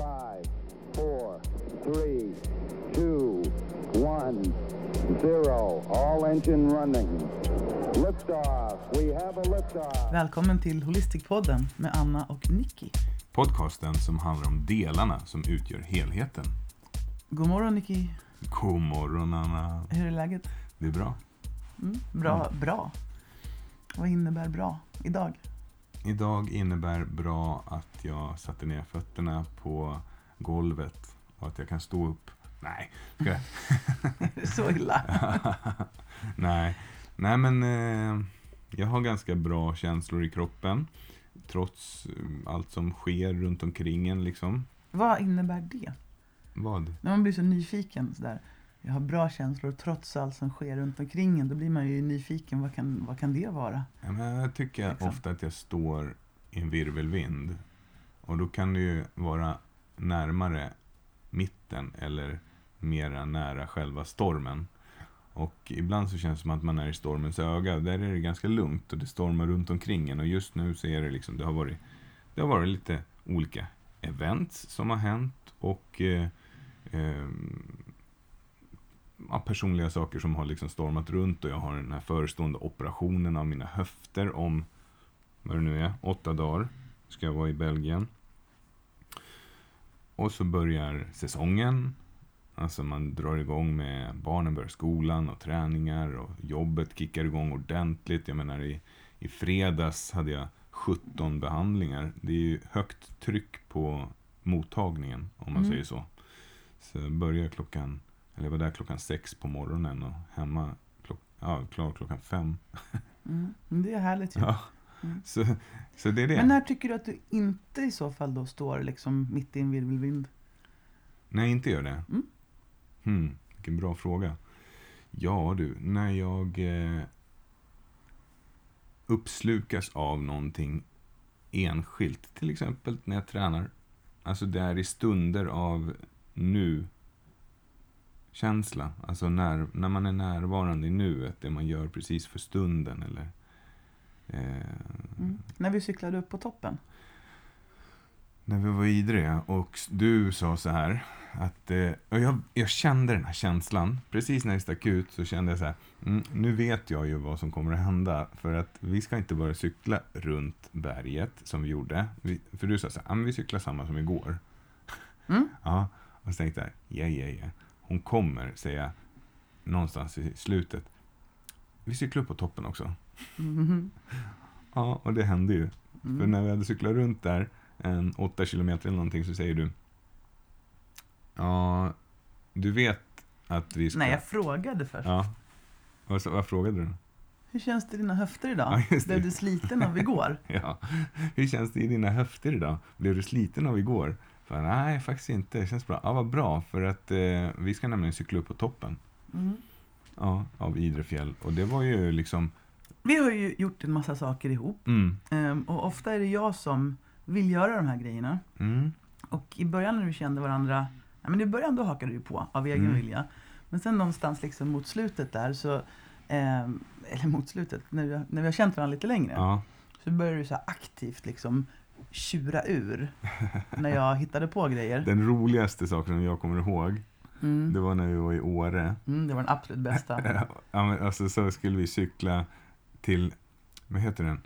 5, 4, 3, 2, 1, 0. All engine running. Liftoff. We have a liftoff. Välkommen till Holistic-podden med Anna och Nicky. Podcasten som handlar om delarna som utgör helheten. God morgon Nicky. God morgon Anna. Hur är läget? Det är bra. Bra. Vad innebär bra idag? Idag innebär bra att jag satte ner fötterna på golvet och att jag kan stå upp. Nej, ska jag? Så illa. Nej, men jag har ganska bra känslor i kroppen. Trots allt som sker runt omkring en liksom. Vad innebär det? Vad? När man blir så nyfiken sådär. Jag har bra känslor trots allt som sker runt omkring en. Då blir man ju nyfiken. Vad kan det vara? Ja, men jag tycker liksom ofta att jag står i en virvelvind. Och då kan det ju vara närmare mitten eller mera nära själva stormen. Och ibland så känns det som att man är i stormens öga. Där är det ganska lugnt och det stormar runt omkring en. Och just nu så är det liksom, det har varit lite olika events som har hänt. Och personliga saker som har liksom stormat runt. Och jag har den här förestående operationen av mina höfter om, vad det nu är, 8 dagar. Ska jag vara i Belgien. Och så börjar säsongen. Alltså man drar igång med, barnen börjar skolan och träningar och jobbet kickar igång ordentligt. Jag menar i fredags hade jag 17 behandlingar. Det är ju högt tryck på mottagningen om man säger så. Så börjar jag var där klockan 6 på morgonen och hemma klar klockan 5. Det är härligt ju. Ja. Så det är det. Men när tycker du att du inte i så fall då står liksom mitt i en virvelvind? Nej, inte gör det. Vilken bra fråga. Ja du, när jag uppslukas av någonting enskilt, till exempel när jag tränar. Alltså det är i stunder av nu-känsla. Alltså när man är närvarande i nuet, det man gör precis för stunden. Eller, När vi cyklade upp på toppen. När vi var idriga och du sa så här att och jag kände den här känslan precis när det stack ut, så kände jag så här, nu vet jag ju vad som kommer att hända, för att vi ska inte bara cykla runt berget som vi gjorde, för du sa så här, vi cyklar samma som igår. Ja, och så tänkte jag, ja. Hon kommer säga någonstans i slutet, vi cyklar upp på toppen också. Ja, och det hände ju. För när vi hade cyklat runt där 8 kilometer eller någonting, så säger du, ja, du vet att vi ska... Nej, jag frågade först. Ja. Vad frågade du? Hur känns det i dina höfter idag? Ja, blev du sliten av igår? Ja, hur känns det i dina höfter idag? Blev du sliten av igår? För, nej, faktiskt inte. Det känns bra. Ja, vad bra, för att vi ska nämligen cykla upp på toppen. Ja, av Idrefjäll. Och det var ju liksom... Vi har ju gjort en massa saker ihop. Och ofta är det jag som vill göra de här grejerna. Och i början när vi kände varandra, men i början då hakade du på av egen vilja. Men sen någonstans liksom mot slutet där så, eller mot slutet, när vi har känt varandra lite längre, så började du så här aktivt liksom tjura ur när jag hittade på grejer. Den roligaste saken som jag kommer ihåg, det var när vi var i Åre. Det var den absolut bästa. Ja, men alltså så skulle vi cykla till, vad heter den?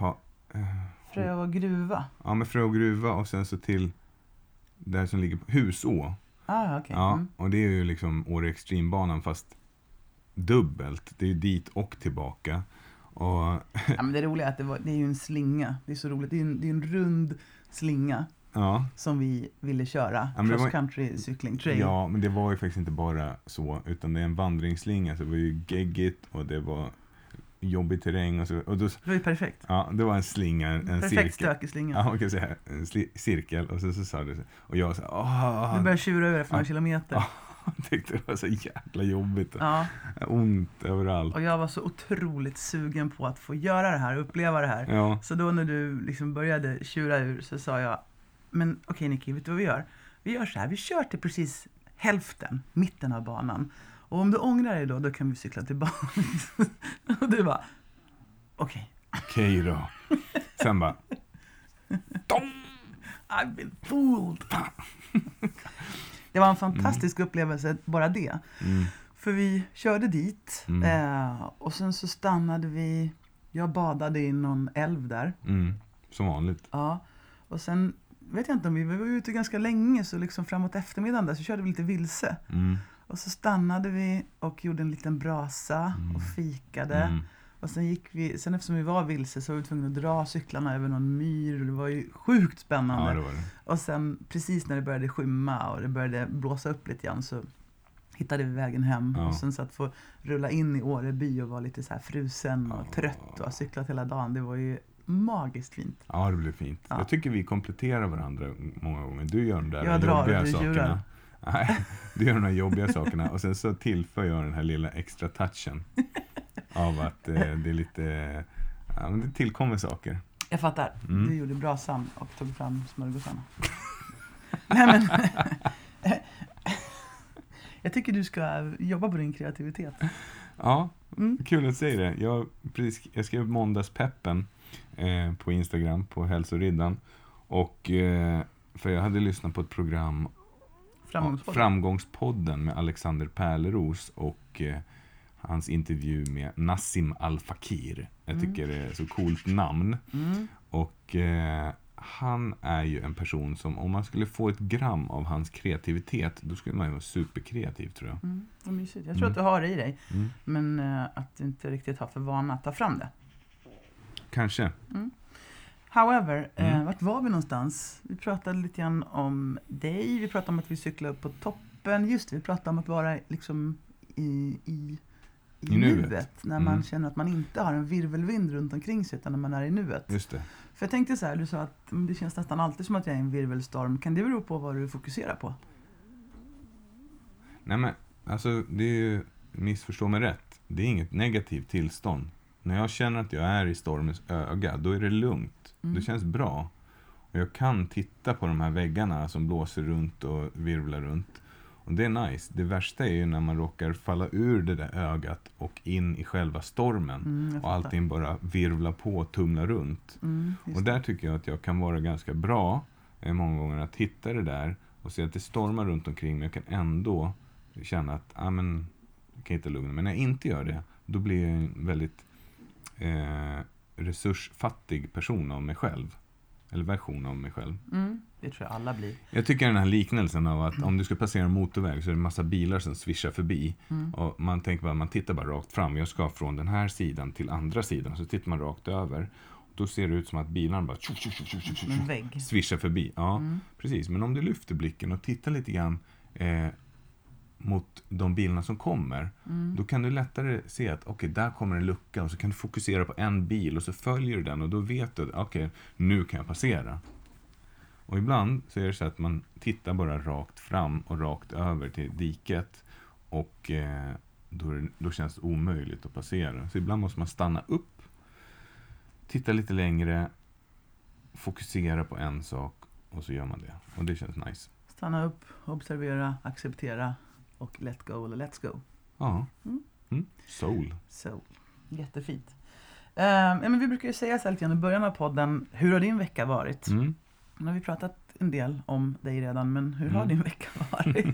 Frö och gruva. Ja, med Frö och gruva, och sen så till där som ligger på Huså. Okay. Ja, och det är ju liksom Åre Extrembanan fast dubbelt. Det är ju dit och tillbaka. Och ja, men det roliga är att det är ju en slinga. Det är så roligt. Det är en rund slinga som vi ville köra. Cross country cykling trail. Ja, men det var ju faktiskt inte bara så, utan det är en vandringsslinga. Så det var ju geggigt och det var jobbig terräng och så, och då, det var ju perfekt. Ja, det var en slinga, en perfekt cirkel. stökig slinga. Ja, man kan säga en cirkel, och så sa du så, och jag så du började tjura över efter några kilometer. Ja, jag tyckte det var så jäkla jobbigt. Ja. Ont överallt. Och jag var så otroligt sugen på att få göra det här, uppleva det här. Ja. Så då när du liksom började tjura ur så sa jag, men okej Nicky, vet du vad vi gör? Vi gör så här, vi kör till precis hälften, mitten av banan. Och om du ångrar dig då kan vi cykla tillbaka. Och du bara, okej då. Sen bara, I've been fooled. Det var en fantastisk upplevelse, bara det. För vi körde dit och sen så stannade vi, jag badade i någon älv där. Som vanligt. Ja, och sen vet jag inte om vi var ute ganska länge, så liksom framåt eftermiddagen där så körde vi lite vilse. Och så stannade vi och gjorde en liten brasa och fikade. Och sen gick vi, sen eftersom vi var vilse så var vi tvungna att dra cyklarna över någon myr. Det var ju sjukt spännande. Ja, det var det. Och sen precis när det började skymma och det började blåsa upp lite grann så hittade vi vägen hem. Och sen så att få rulla in i Åreby och vara lite så här frusen och trött och ha cyklat hela dagen. Det var ju magiskt fint. Ja, det blev fint. Ja. Jag tycker vi kompletterar varandra många gånger. Du gör de där Jag drar jobbiga och du sakerna. tjurar. Nej, du gör de här jobbiga sakerna. Och sen så tillför jag den här lilla extra touchen. Av att det är lite... Ja, men det tillkommer saker. Jag fattar. Du gjorde brasan och tog fram smörgåsarna. Nej men... Jag tycker du ska jobba på din kreativitet. Ja, kul att säga det. Jag skrev måndagspeppen på Instagram på Hälsoriddan. Och för jag hade lyssnat på ett program Framgångspodden med Alexander Pärleros och hans intervju med Nassim Al Fakir. Jag tycker det är så coolt namn. Och han är ju en person som, om man skulle få ett gram av hans kreativitet, då skulle man ju vara superkreativ, tror jag. Vad mysigt. Jag tror att du har det i dig, men att du inte riktigt har för vana att ta fram det. Kanske. However, vart var vi någonstans? Vi pratade lite grann om dig, vi pratade om att vi cyklar upp på toppen. Just det, vi pratade om att vara liksom i nuet. När man känner att man inte har en virvelvind runt omkring sig, utan när man är i nuet. Just det. För jag tänkte så här, du sa att det känns nästan alltid som att jag är i en virvelstorm. Kan det bero på vad du fokuserar på? Nej men, alltså det är ju, missförstå mig rätt. Det är inget negativt tillstånd. När jag känner att jag är i stormens öga, då är det lugnt. Det känns bra. Och jag kan titta på de här väggarna som blåser runt och virvlar runt. Och det är nice. Det värsta är ju när man råkar falla ur det där ögat och in i själva stormen. Och allting bara virvlar på och tumlar runt. Och där tycker jag att jag kan vara ganska bra många gånger att hitta det där och se att det stormar runt omkring, men jag kan ändå känna att jag kan hitta lugn. Men när jag inte gör det, då blir jag en väldigt resursfattig person av mig själv. Eller version av mig själv. Det tror jag alla blir. Jag tycker den här liknelsen av att om du ska passera en motorväg så är det en massa bilar som svischar förbi. Och man tänker bara, man tittar bara rakt fram. Jag ska från den här sidan till andra sidan. Så tittar man rakt över. Då ser det ut som att bilarna bara en vägg svischar förbi. Ja, precis. Men om du lyfter blicken och tittar lite grann mot de bilarna som kommer, då kan du lättare se att okej, där kommer en lucka, och så kan du fokusera på en bil och så följer du den och då vet du att okej, nu kan jag passera. Och ibland så är det så att man tittar bara rakt fram och rakt över till diket och då känns det omöjligt att passera. Så ibland måste man stanna upp, titta lite längre, fokusera på en sak och så gör man det. Och det känns nice. Stanna upp, observera, acceptera och let go eller let's go. Ja. Soul. Jättefint. Men vi brukar ju säga så här lite grann i början av podden, hur har din vecka varit? Nu har vi pratat en del om dig redan, men hur har din vecka varit?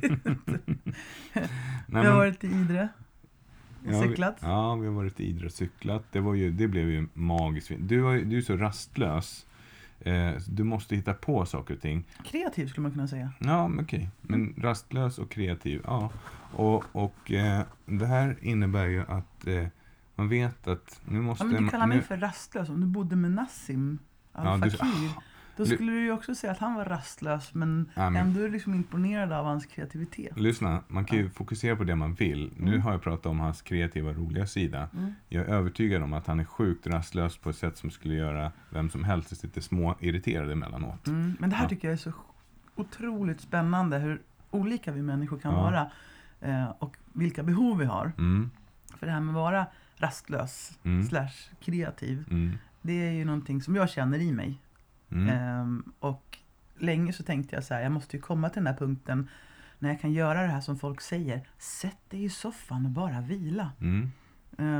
Vi har varit i Idre och cyklat. Vi har varit i Idre och cyklat. Det blev ju magiskt fint. Du är så rastlös. Du måste hitta på saker och ting. Kreativ skulle man kunna säga. Ja, okej. Men rastlös och kreativ. Ja. Och det här innebär ju att man vet att nu måste... men du kallar mig för rastlös. Om du bodde med Nassim Al Fakir, då skulle du ju också säga att han var rastlös, men ändå är liksom imponerad av hans kreativitet. Lyssna, man kan ju fokusera på det man vill. Nu har jag pratat om hans kreativa, roliga sida. Jag är övertygad om att han är sjukt rastlös på ett sätt som skulle göra vem som helst lite små irriterade emellanåt. Men det här tycker jag är så otroligt spännande, hur olika vi människor kan vara och vilka behov vi har. För det här med att vara rastlös / kreativ, det är ju någonting som jag känner i mig. Och länge så tänkte jag så här, jag måste ju komma till den här punkten när jag kan göra det här som folk säger, sätt dig i soffan och bara vila.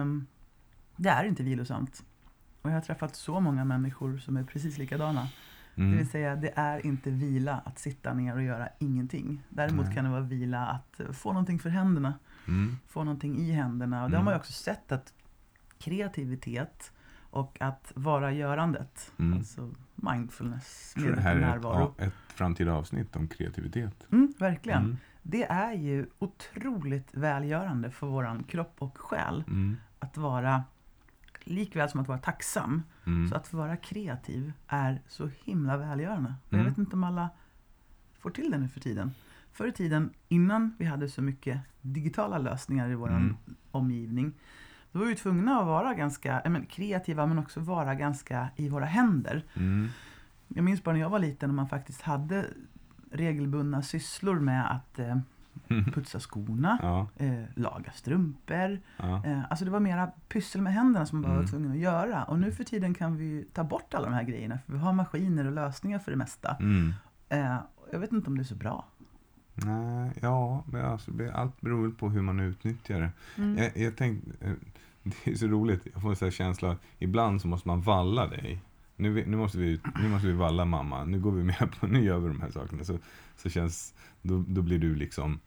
Det är inte vilosamt. Och jag har träffat så många människor som är precis likadana. Det vill säga, det är inte vila att sitta ner och göra ingenting. Däremot kan det vara vila att få någonting för händerna. Få någonting i händerna. Och det har man ju också sett att kreativitet och att vara görandet, alltså mindfulness, det här är ett framtida avsnitt om kreativitet. Verkligen. Det är ju otroligt välgörande för våran kropp och själ att vara, likväl som att vara tacksam. Så att vara kreativ är så himla välgörande. Och jag vet inte om alla får till det nu för tiden. Förr i tiden, innan vi hade så mycket digitala lösningar i vår omgivning, då var vi tvungna att vara ganska kreativa, men också vara ganska i våra händer. Jag minns bara när jag var liten och man faktiskt hade regelbundna sysslor med att putsa skorna, laga strumpor. Alltså det var mera pyssel med händerna som man var tvungen att göra. Och nu för tiden kan vi ta bort alla de här grejerna, för vi har maskiner och lösningar för det mesta. Jag vet inte om det är så bra. Nej, men alltså, allt beror på hur man utnyttjar det. Jag tänkte, det är så roligt, jag får en känsla att ibland så måste man valla dig. Nu måste vi valla mamma. Nu går vi med på, nu gör vi de här sakerna. Så känns, då blir du liksom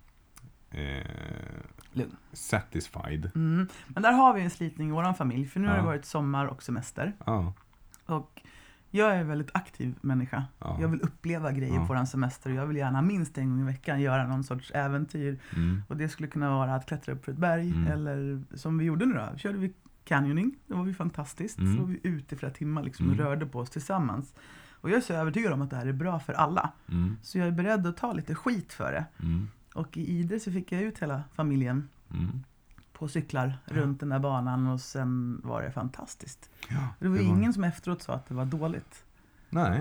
satisfied. Men där har vi en slitning i våran familj. För nu har det varit sommar och semester. Och jag är en väldigt aktiv människa. Jag vill uppleva grejer på våran semester. Och jag vill gärna minst en gång i veckan göra någon sorts äventyr. Och det skulle kunna vara att klättra upp för ett berg. Eller som vi gjorde nu då. Körde vi canyoning. Det var ju fantastiskt. Så var vi ute i flera timmar liksom, och rörde på oss tillsammans. Och jag är så övertygad om att det här är bra för alla. Så jag är beredd att ta lite skit för det. Och i Idre så fick jag ut hela familjen på cyklar runt den där banan. Och sen var det fantastiskt. Det var ingen som efteråt sa att det var dåligt. Nej.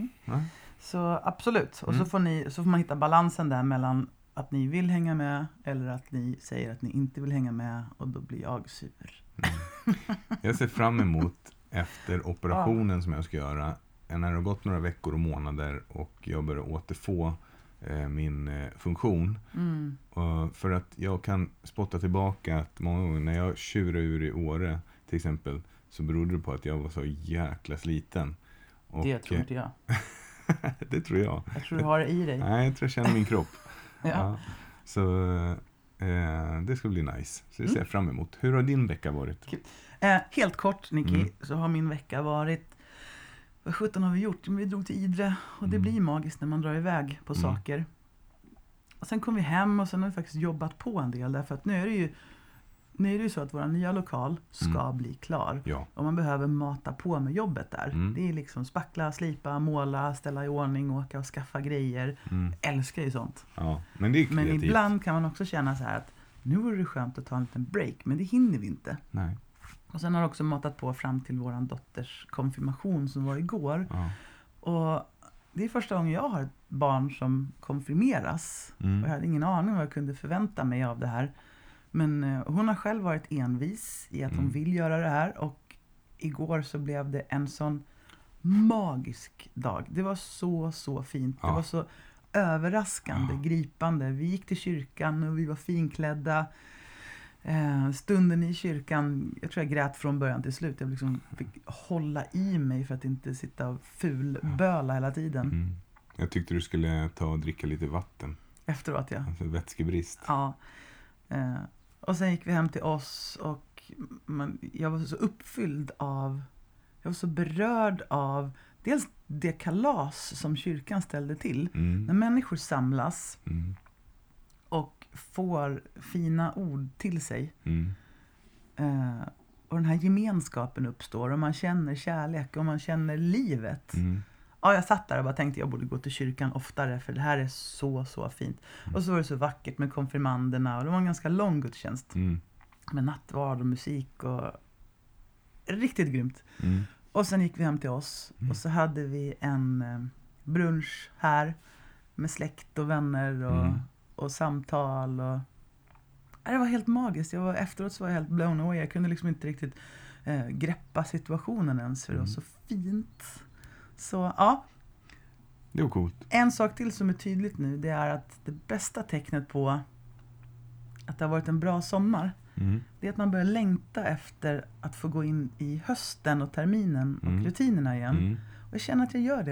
Så absolut. Och så får man hitta balansen där mellan att ni vill hänga med eller att ni säger att ni inte vill hänga med, och då blir jag sur. Jag ser fram emot efter operationen som jag ska göra, när det har gått några veckor och månader och jag börjar återfå min funktion. För att jag kan spotta tillbaka att många gånger när jag tjurar ur i Åre till exempel, så berodde det på att jag var så jäkla sliten. Och det tror inte jag. Det tror jag. Jag tror du har det i dig. Nej, jag tror jag känner min kropp. Så det ska bli nice. Så det ser jag fram emot. Hur har din vecka varit? Helt kort, Nicky, så har min vecka varit... Vad 17 har vi gjort? Vi drog till Idre, och det blir magiskt när man drar iväg på saker. Och sen kom vi hem och sen har vi faktiskt jobbat på en del. Därför att nu är det ju så att vår nya lokal ska bli klar. Och man behöver mata på med jobbet där. Det är liksom spackla, slipa, måla, ställa i ordning, åka och skaffa grejer. Älskar ju sånt. Men det är kreativt. Men ibland kan man också känna så här att nu vore det skönt att ta en liten break. Men det hinner vi inte. Nej. Och sen har jag också matat på fram till våran dotters konfirmation som var igår. Och det är första gången jag har ett barn som konfirmeras. Och jag hade ingen aning vad jag kunde förvänta mig av det här. Men hon har själv varit envis i att hon vill göra det här. Och igår så blev det en sån magisk dag. Det var så fint. Det var så överraskande, gripande. Vi gick till kyrkan och vi var finklädda. Stunden i kyrkan, jag tror jag grät från början till slut. Jag liksom fick hålla i mig för att inte sitta och fulböla hela tiden. Jag tyckte du skulle ta och dricka lite vatten. Efteråt, ja. Alltså vätskebrist. Och sen gick vi hem till oss och jag var så uppfylld av, jag var så berörd av dels det kalas som kyrkan ställde till. När människor samlas och får fina ord till sig. Och den här gemenskapen uppstår och man känner kärlek och man känner livet. Jag satt där och bara tänkte jag borde gå till kyrkan oftare, för det här är så fint. Och så var det så vackert med konfirmanderna och det var en ganska lång gudstjänst. Med nattvard och musik och riktigt grymt. Och sen gick vi hem till oss och så hade vi en brunch här med släkt och vänner och samtal och det var helt magiskt. Efteråt så var jag helt blown away. Jag kunde liksom inte riktigt greppa situationen ens, för det var så fint. Så det var coolt. En sak till som är tydligt nu, det är att det bästa tecknet på att det har varit en bra sommar, det är att man börjar längta efter att få gå in i hösten och terminen och rutinerna igen. Och jag känner att jag gör det.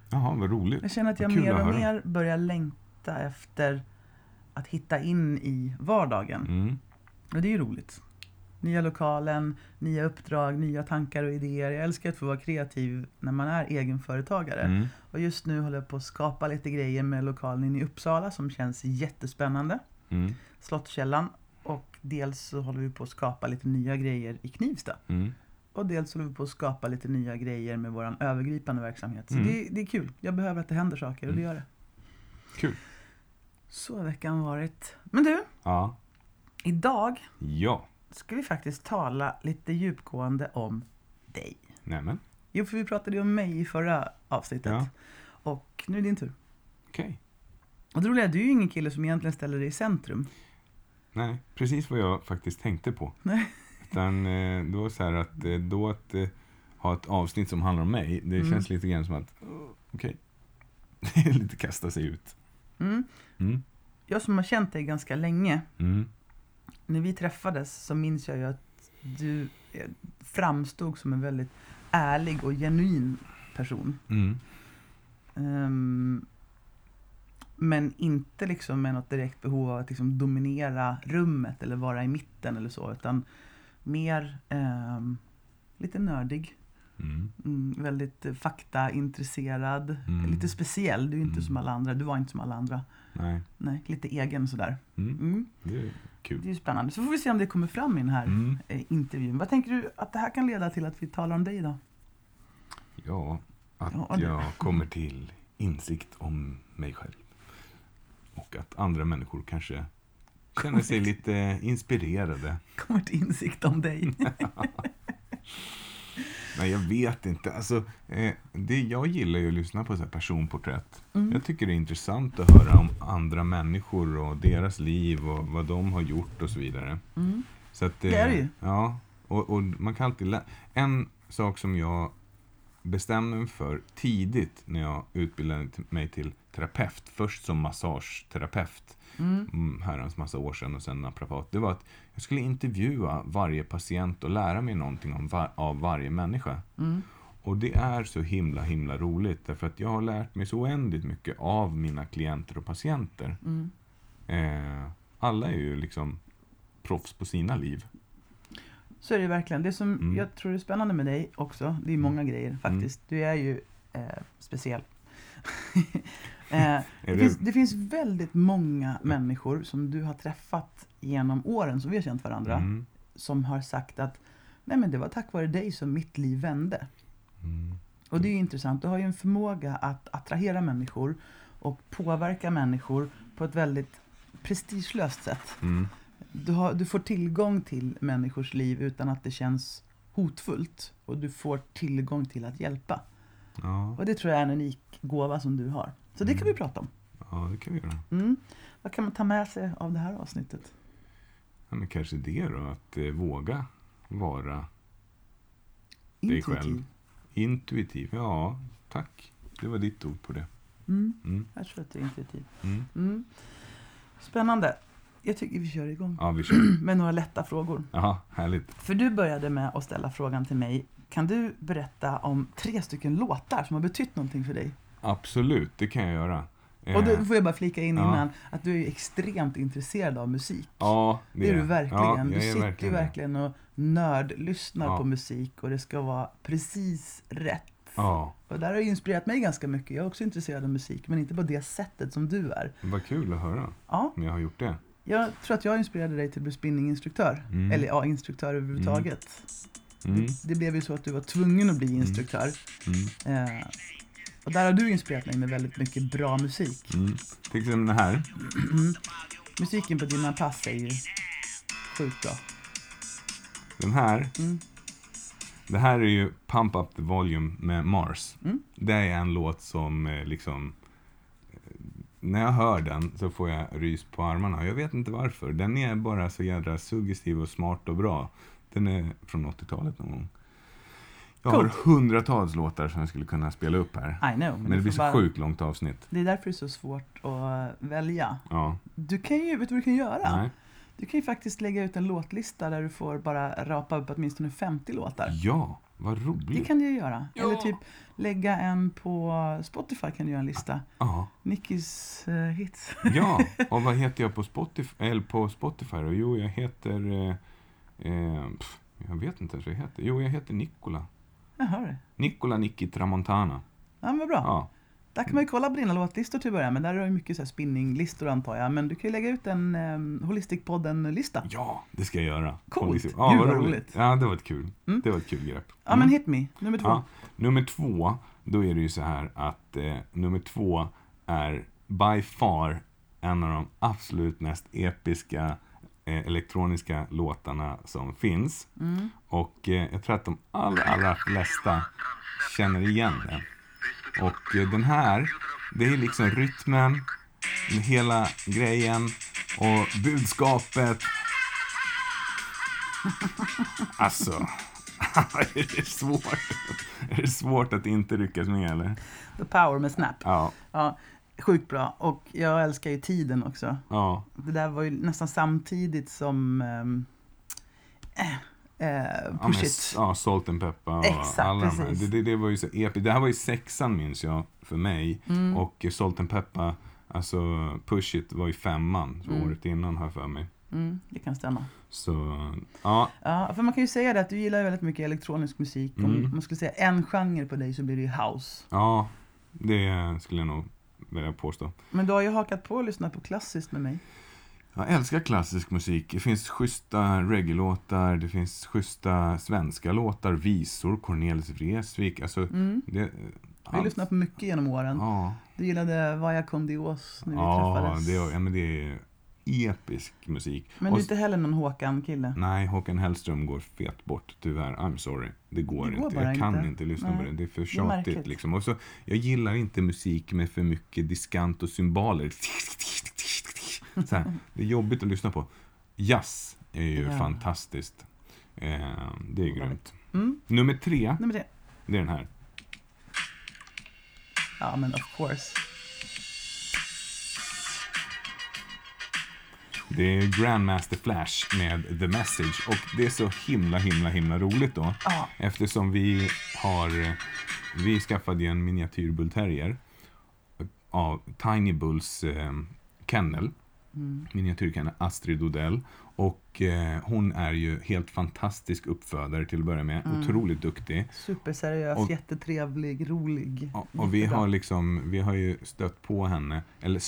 Jaha, vad roligt. Jag känner att jag Vad kul mer att och höra. mer börjar längta efter att hitta in i vardagen. Mm. Och det är ju roligt. Nya lokalen, nya uppdrag, nya tankar och idéer. Jag älskar att få vara kreativ när man är egenföretagare. Mm. Och just nu håller jag på att skapa lite grejer med lokalen inne i Uppsala som känns jättespännande. Mm. Slottskällan. Och dels så håller vi på att skapa lite nya grejer i Knivsta. Mm. Och dels håller vi på att skapa lite nya grejer med vår övergripande verksamhet. Så Mm. det är kul. Jag behöver att det händer saker och det gör det. Kul. Så har veckan varit. Men du, Ja. idag Ja. ska vi faktiskt tala lite djupgående om dig. Nämen. Jo, för vi pratade ju om mig i förra avsnittet. Ja. Och nu är det din tur. Okej. Och det roliga är att du är ju ingen kille som egentligen ställer dig i centrum. Nej, precis vad jag faktiskt tänkte på. Nej. Utan då så här att ha ett avsnitt som handlar om mig, det känns lite grann som att okej. Det är lite kasta sig ut. Mm. Mm. Jag som har känt dig ganska länge, Mm. när vi träffades så minns jag ju att du framstod som en väldigt ärlig och genuin person. Mm. Men inte liksom med något direkt behov av att liksom dominera rummet eller vara i mitten eller så, utan mer lite nördig. Väldigt faktaintresserad, lite speciell. Du är inte som alla andra, du var inte som alla andra. Nej, lite egen sådär. Det är kul. Det är ju spännande. Så får vi se om det kommer fram i den här intervjun. Vad tänker du att det här kan leda till att vi talar om dig idag? Ja, att jag kommer till insikt om mig själv. Och att andra människor kanske känner sig lite inspirerade. Kommer till insikt om dig. Nej, jag vet inte. Alltså, jag gillar ju att lyssna på så här personporträtt. Jag tycker det är intressant att höra om andra människor och deras liv och vad de har gjort och så vidare. Så att, det är det ju. Ja, och man kan alltid en sak som jag bestämde mig för tidigt när jag utbildade mig till terapeut, först som massageterapeut herrans massa år sedan och sen naprapat, det var att jag skulle intervjua varje patient och lära mig någonting av varje människa. Och det är så himla roligt därför att jag har lärt mig så oändligt mycket av mina klienter och patienter. Alla är ju liksom proffs på sina liv. Så är det verkligen. Det som jag tror är spännande med dig också, det är många grejer faktiskt. Du är ju speciell. Det finns väldigt många människor som du har träffat genom åren som vi har känt varandra som har sagt att nej, men det var tack vare dig som mitt liv vände. Och det är ju intressant. Du har ju en förmåga att attrahera människor och påverka människor på ett väldigt prestigelöst sätt. Du får tillgång till människors liv utan att det känns hotfullt. Och du får tillgång till att hjälpa. Ja. Och det tror jag är en unik gåva som du har. Så det kan vi prata om. Ja, det kan vi göra. Vad kan man ta med sig av det här avsnittet? Ja, men kanske det då, att våga vara dig själv. Intuitiv, ja, tack. Det var ditt ord på det. Jag tror att det är intuitiv. Spännande. Jag tycker vi kör igång. Ja, vi kör. Med några lätta frågor. Jaha, härligt. För du började med att ställa frågan till mig. Kan du berätta om 3 stycken låtar som har betytt någonting för dig? Absolut, det kan jag göra. Och då får jag bara flika in innan att du är extremt intresserad av musik. Ja, det är du verkligen. Ja, du sitter ju verkligen och nördlyssnar på musik och det ska vara precis rätt. Ja. Och där har ju inspirerat mig ganska mycket. Jag är också intresserad av musik, men inte på det sättet som du är. Vad kul att höra om jag har gjort det. Jag tror att jag inspirerade dig till att bli spinninginstruktör. Eller instruktör överhuvudtaget. Det blev ju så att du var tvungen att bli instruktör. Och där har du inspirerat mig med väldigt mycket bra musik. Till exempel den här. Musiken på dina pass är ju sjukt bra. Den här. Det här är ju Pump Up the Volume med Mars. Det är en låt som liksom... När jag hör den så får jag rys på armarna. Jag vet inte varför. Den är bara så jädra suggestiv och smart och bra. Den är från 80-talet någon gång. Jag har hundratals låtar som jag skulle kunna spela upp här. I know. Men det blir så sjukt långt avsnitt. Det är därför det är så svårt att välja. Ja. Du kan ju, vet du vad du kan göra? Nej. Du kan ju faktiskt lägga ut en låtlista där du får bara rapa upp åtminstone 50 låtar. Ja, Vad roligt. Det kan du ju göra. Ja. Eller typ lägga en på Spotify kan du göra en lista. Ja. Nickis hits. Ja, och vad heter jag på Spotify då? Jo, jag heter... jag vet inte ens vad jag heter. Jo, jag heter Nicola. Jaha, det. Nicola Nicky Tramontana. Ja, men bra. Ja. Där kan man ju kolla på dina låtlistor till början. Men där är det mycket så här spinninglistor antar jag. Men du kan ju lägga ut en Holistic-podden-lista. Ja, det ska jag göra. Coolt. Ja, Gud, vad vad roligt. roligt. Ja, det var ett kul. Det var ett kul grepp. Ja, men hit me. Nummer 2. Ja, nummer 2, då är det ju så här att nummer 2 är by far en av de absolut mest episka elektroniska låtarna som finns. Och jag tror att de allra flesta känner igen det. Och den här, det är liksom rytmen, hela grejen och budskapet. Alltså, är det svårt att inte ryckas med, eller? The Power med Snap. Ja. Ja, sjukt bra. Och jag älskar ju tiden också. Ja. Det där var ju nästan samtidigt som Push It. Ja, Salt and Pepper och Exakt, alla de här. precis. Det var ju så episkt. Det här var ju 6:an minns jag för mig. Och Salt and Pepper, alltså Push It var ju 5:an så året innan har jag för mig. Det kan stämma. Så, ja. Ja, för man kan ju säga det att du gillar väldigt mycket elektronisk musik. Om man skulle säga en genre på dig så blir det ju house. Ja, det skulle jag nog vilja påstå. Men du har ju hakat på och lyssnat på klassiskt med mig. Jag älskar klassisk musik. Det finns schyssta reggae-låtar, det finns schyssta svenska låtar, visor, Cornelis Vreeswijk. Alltså, Vi har lyssnat på mycket genom åren. Ja. Du gillade Vaya con Dios när vi träffades. Det är episk musik. Men du är inte heller någon Håkan-kille? Nej, Håkan Hellström går fet bort, tyvärr. I'm sorry. Det går inte. Jag kan inte lyssna på det. Det är för tjatigt liksom. Och så, jag gillar inte musik med för mycket diskant och symboler. Så här, det är jobbigt att lyssna på. Jazz är ju fantastiskt. Det är grymt. Nummer 3, det är den här. Ja, men of course. Det är Grandmaster Flash med The Message. Och det är så himla roligt då. Eftersom vi skaffade en miniatyr Bull Terrier av Tiny Bulls kennel. Miniatyrkennel Astrid Odell. Och hon är ju helt fantastisk uppfödare till att börja med. Otroligt duktig. Superseriös, jättetrevlig, rolig. Och vi har ju stött på henne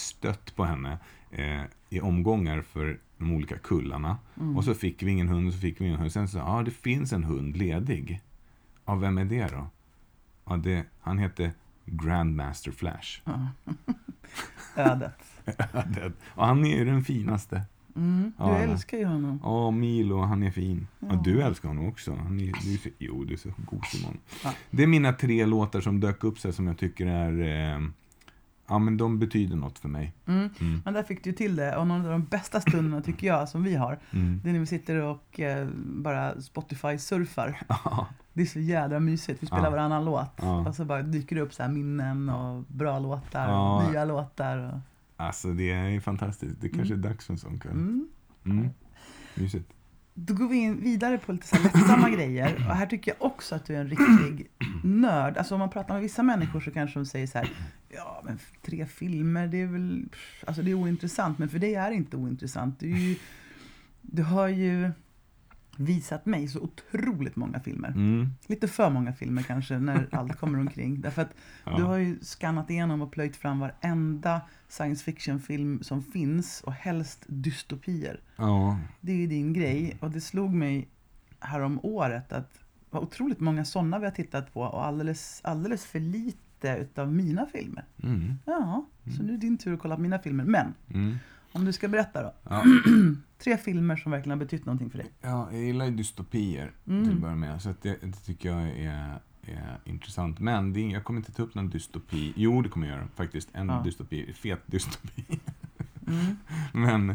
i omgångar för de olika kullarna. Och så fick vi ingen hund, Sen så, det finns en hund ledig. Ja, vem är det då? Ja, han heter Grandmaster Flash. Ödet. Och han är ju den finaste. Du älskar ju honom. Ja, Milo, han är fin. Ja, du älskar honom också. Du är så god, Simon. Det är mina 3 låtar som dök upp så som jag tycker är... men de betyder något för mig. Men där fick du till det. Och någon av de bästa stunderna tycker jag som vi har. Det är när vi sitter och bara Spotify-surfar. Det är så jävla mysigt. Vi spelar varannan låt. Och så bara dyker det upp så här minnen och bra låtar. Och nya låtar. Och... Alltså det är fantastiskt. Det kanske är dags för en sån kväll. Mysigt. Då går vi in vidare på lite så här lättsamma grejer. Och här tycker jag också att du är en riktig nörd. Alltså om man pratar med vissa människor så kanske de säger så här: ja, men 3 filmer, det är väl... Alltså det är ointressant. Men för det är inte ointressant. Du har ju visat mig så otroligt många filmer. Lite för många filmer kanske när allt kommer omkring. Därför att du har ju skannat igenom och plöjt fram varenda science fiction-film som finns. Och helst dystopier. Det är ju din grej. Och det slog mig här om året att det var otroligt många sådana vi har tittat på. Och alldeles för lite utav mina filmer. Så nu är det din tur att kolla på mina filmer. Men... Om du ska berätta då. 3 filmer som verkligen har betytt någonting för dig. Ja, jag gillar ju dystopier till att börja med. Så att det tycker jag är intressant. Men jag kommer inte ta upp någon dystopi. Jo, det kommer jag göra faktiskt. En dystopi, fet dystopi. Men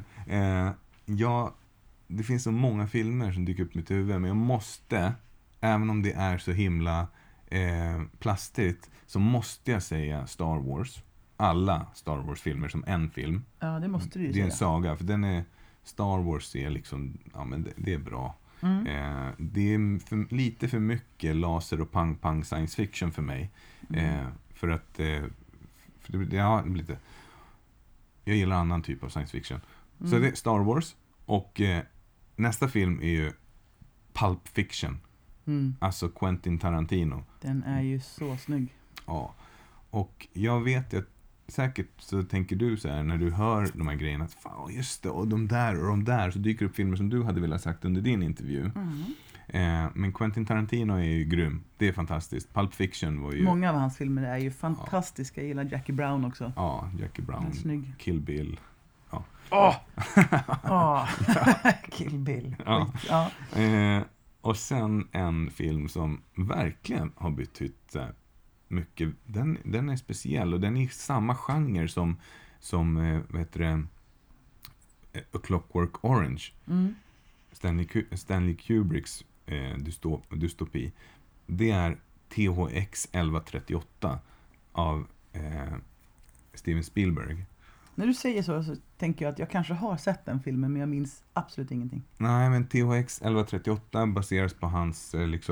det finns så många filmer som dyker upp i mitt huvud. Men jag måste, även om det är så himla plastigt, så måste jag säga Star Wars. Alla Star Wars-filmer som en film. Ja, det måste du ju säga. Det är en saga, för Star Wars är liksom, men det är bra. Det är lite för mycket laser och pang-pang science fiction för mig. För att lite, jag gillar annan typ av science fiction. Så det är Star Wars. Och nästa film är ju Pulp Fiction. Alltså Quentin Tarantino. Den är ju så snygg. Ja. Och jag vet att säkert så tänker du så här när du hör de här grejerna att fan just det, och de där så dyker upp filmer som du hade velat sagt under din intervju. Men Quentin Tarantino är ju grym. Det är fantastiskt. Pulp Fiction var ju... Många av hans filmer är ju fantastiska. Jag gillar Jackie Brown också. Ja, Jackie Brown. Snygg. Kill Bill. Kill Bill. Ja. Och sen en film som verkligen har betytt mycket. Den är speciell och den är i samma genre som vad heter det, A Clockwork Orange. Stanley Kubricks dystopi. Det är THX 1138 av Steven Spielberg. När du säger så tänker jag att jag kanske har sett den filmen, men jag minns absolut ingenting. Nej, men THX 1138 baseras på hans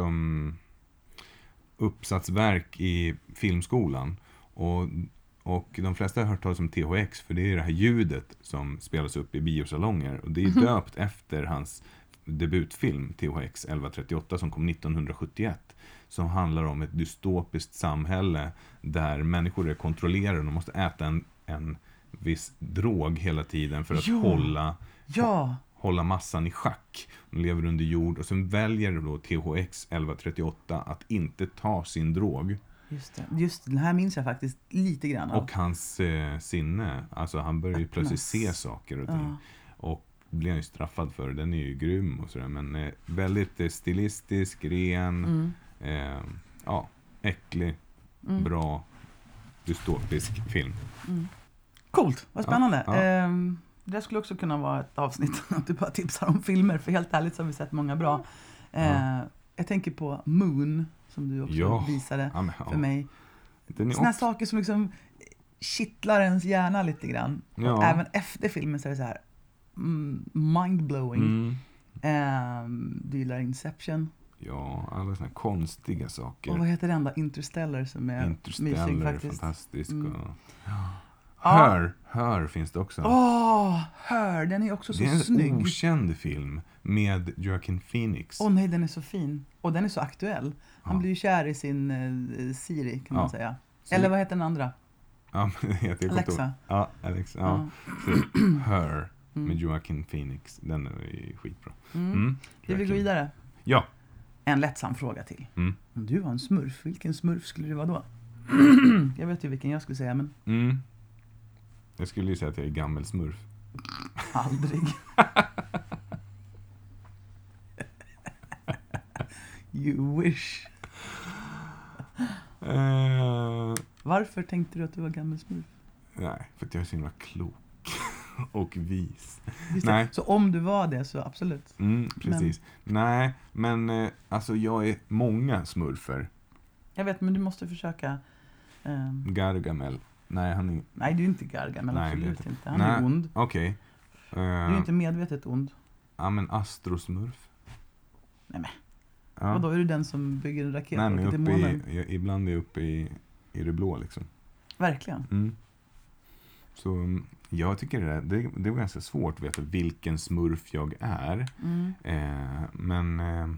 uppsatsverk i filmskolan. Och de flesta har hört talas om THX, för det är det här ljudet som spelas upp i biosalonger. Och det är döpt efter hans debutfilm THX 1138 som kom 1971. Som handlar om ett dystopiskt samhälle där människor är kontrollerade och de måste äta en viss drog hela tiden för att hålla massan i schack. De lever under jord och sen väljer då THX 1138 att inte ta sin drog. Just det, den här minns jag faktiskt lite grann av. Och hans sinne, alltså han börjar ju plötsligt se saker och ting. Och blir han ju straffad för det. Den är ju grym och sådär, men väldigt stilistisk, ren, äcklig, bra, dystopisk film. Coolt, vad spännande. Det skulle också kunna vara ett avsnitt att du bara tipsar om filmer, för helt ärligt så har vi sett många bra. Jag tänker på Moon, som du också visade för mig. Såna saker som liksom kittlar ens hjärna lite grann. Och även efter filmen så är det så här mindblowing. Du gillar Inception. Ja, alla såna konstiga saker. Och vad heter den då? Interstellar som är mysig faktiskt. Är fantastisk. Hör finns det också. Hör, den är också så snygg. Det är en okänd film med Joaquin Phoenix. Nej, den är så fin. Och den är så aktuell. Han blir ju kär i sin Siri, kan man säga. Eller vad heter den andra? Alexa. Ja, Alexa. Ja. Hör med Joaquin Phoenix. Den är skitbra. Vi vill gå vidare. Ja. En lättsam fråga till. Om du var en smurf, vilken smurf skulle du vara då? Jag vet ju vilken jag skulle säga, men... Jag skulle ju säga att jag är gammel smurf. Aldrig. You wish. Varför tänkte du att du var gammel smurf? Nej, för att jag är så himla klok och vis. Nej. Så om du var det så absolut. Precis. Nej, men alltså jag är många smurfer. Jag vet, men du måste försöka... Gargamel. Nej, du är inte Gargamel, absolut inte. Han är ond. Okej. Du är inte medvetet ond. Ja, men astrosmurf. Nej, men. Och då är du den som bygger en raket och åker till månen. Ibland är jag uppe i det blå liksom. Verkligen. Så jag tycker det var ganska svårt att veta vilken smurf jag är. Men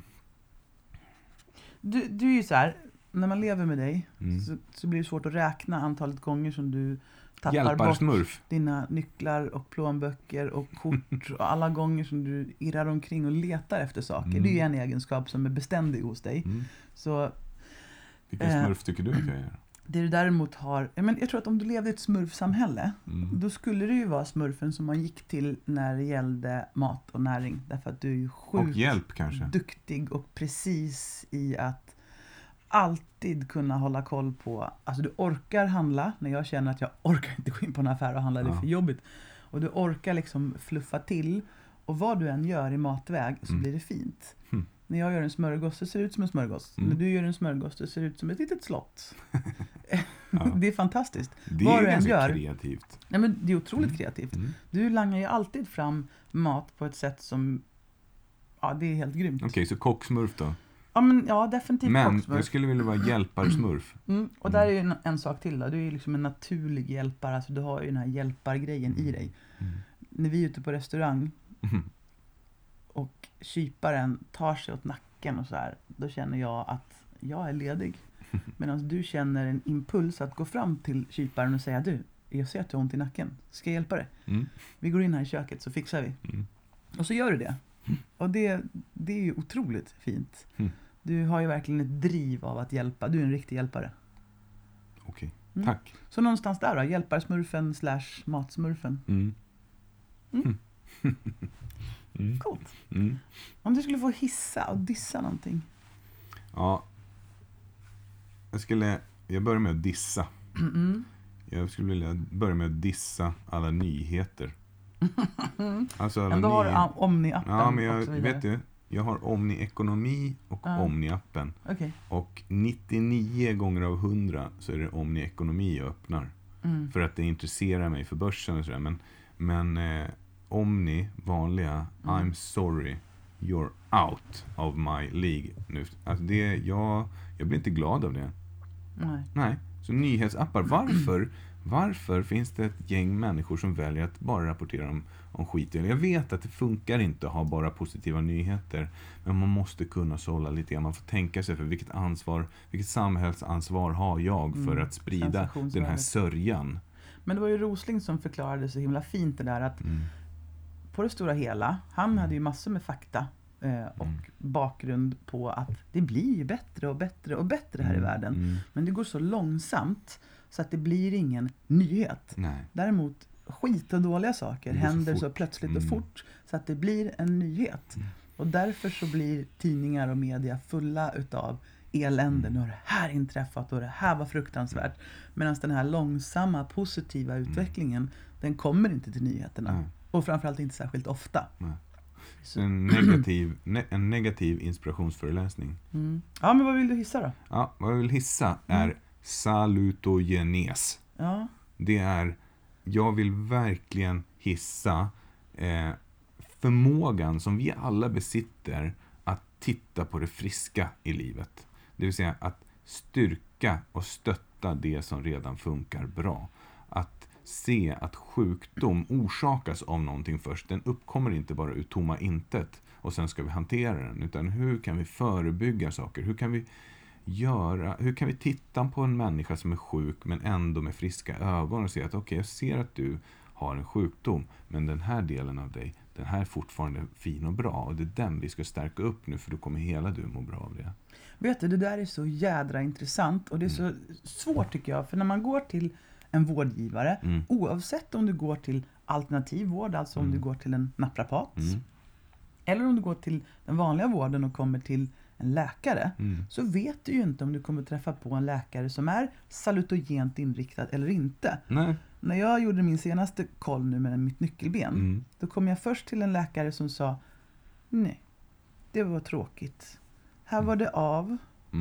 du är ju så här, när man lever med dig så blir det svårt att räkna antalet gånger som du tappar bort dina nycklar och plånböcker och kort och alla gånger som du irrar omkring och letar efter saker. Det är ju en egenskap som är beständig hos dig. Så, vilken smurf tycker du att jag är? Det du däremot har... jag tror att om du levde i ett smurfsamhälle då skulle det ju vara smurfen som man gick till när det gällde mat och näring. Därför att du är ju sjukt och hjälp, kanske. Duktig och precis i att alltid kunna hålla koll på... Alltså du orkar handla när jag känner att jag orkar inte gå in på en affär och handla, det är för jobbigt. Och du orkar liksom fluffa till. Och vad du än gör i matväg så blir det fint. När jag gör en smörgås så ser det ut som en smörgås. När du gör en smörgås så ser det ut som ett litet slott. Det är fantastiskt. Det är ganska kreativt. Nej, men det är otroligt kreativt. Du langar ju alltid fram mat på ett sätt som Ja, det är helt grymt. Okej, så kocksmurf då? Ja, definitivt Men kocksmurf. jag skulle vilja vara hjälparsmurf. Och där är ju en sak till då. Du är ju liksom en naturlig hjälpare. Alltså du har ju den här hjälpargrejen i dig. När vi är ute på restaurang och kyparen tar sig åt nacken och så här, då känner jag att jag är ledig. Medan du känner en impuls att gå fram till kyparen och säga: du, jag ser att du har ont i nacken. Ska jag hjälpa dig? Vi går in här i köket så fixar vi. Och så gör du det. Och det är ju otroligt fint. Du har ju verkligen ett driv av att hjälpa. Du är en riktig hjälpare. Okej, tack. Så någonstans där då, hjälparsmurfen / matsmurfen. Coolt. Om du skulle få hissa och dissa någonting. Ja. Jag börjar med att dissa. Jag skulle vilja börja med att dissa alla nyheter. Alltså alla Ändå har du Omni-appen. Ja, men vet du, jag har Omni-ekonomi och Omni-appen. Okay. Och 99 gånger av 100 så är det Omni-ekonomi jag öppnar. För att det intresserar mig för börsen och sådär. Men Omni, vanliga, I'm sorry, you're out of my league. Nu, alltså jag blir inte glad av det. Nej. Så nyhetsappar, varför finns det ett gäng människor som väljer att bara rapportera om skit? Jag vet att det funkar inte att ha bara positiva nyheter, men man måste kunna sålla lite grann. Man får tänka sig för vilket samhällsansvar har jag för att sprida den här sörjan. Men det var ju Rosling som förklarade så himla fint det där att på det stora hela, han hade ju massor med fakta och bakgrund på att det blir ju bättre och bättre och bättre här i världen. Men det går så långsamt så att det blir ingen nyhet. Nej. Däremot skit och dåliga saker händer så plötsligt och fort så att det blir en nyhet. Och därför så blir tidningar och media fulla utav elände. Nu har det här inträffat och det här var fruktansvärt. Medan den här långsamma positiva utvecklingen, den kommer inte till nyheterna. Och framförallt inte särskilt ofta. En negativ inspirationsföreläsning. Ja, men vad vill du hissa då? Ja, vad jag vill hissa är salutogenes. Ja. Det är, jag vill verkligen hissa förmågan som vi alla besitter att titta på det friska i livet. Det vill säga att styrka och stötta det som redan funkar bra. Att se att sjukdom orsakas av någonting först. Den uppkommer inte bara ur tomma intet och sen ska vi hantera den. Utan hur kan vi förebygga saker? Hur kan vi titta på en människa som är sjuk men ändå med friska ögon och se att okej, jag ser att du har en sjukdom, men den här delen av dig, den här är fortfarande fin och bra, och det är den vi ska stärka upp nu, för då kommer hela du må bra av det. Vet du, det där är så jädra intressant och det är så svårt tycker jag, för när man går till en vårdgivare, oavsett om du går till alternativ vård, alltså om du går till en naprapat, eller om du går till den vanliga vården och kommer till en läkare, så vet du ju inte om du kommer träffa på en läkare som är salutogent inriktad eller inte. Nej. När jag gjorde min senaste koll nu med mitt nyckelben, då kom jag först till en läkare som sa: nej, det var tråkigt. Här var det av.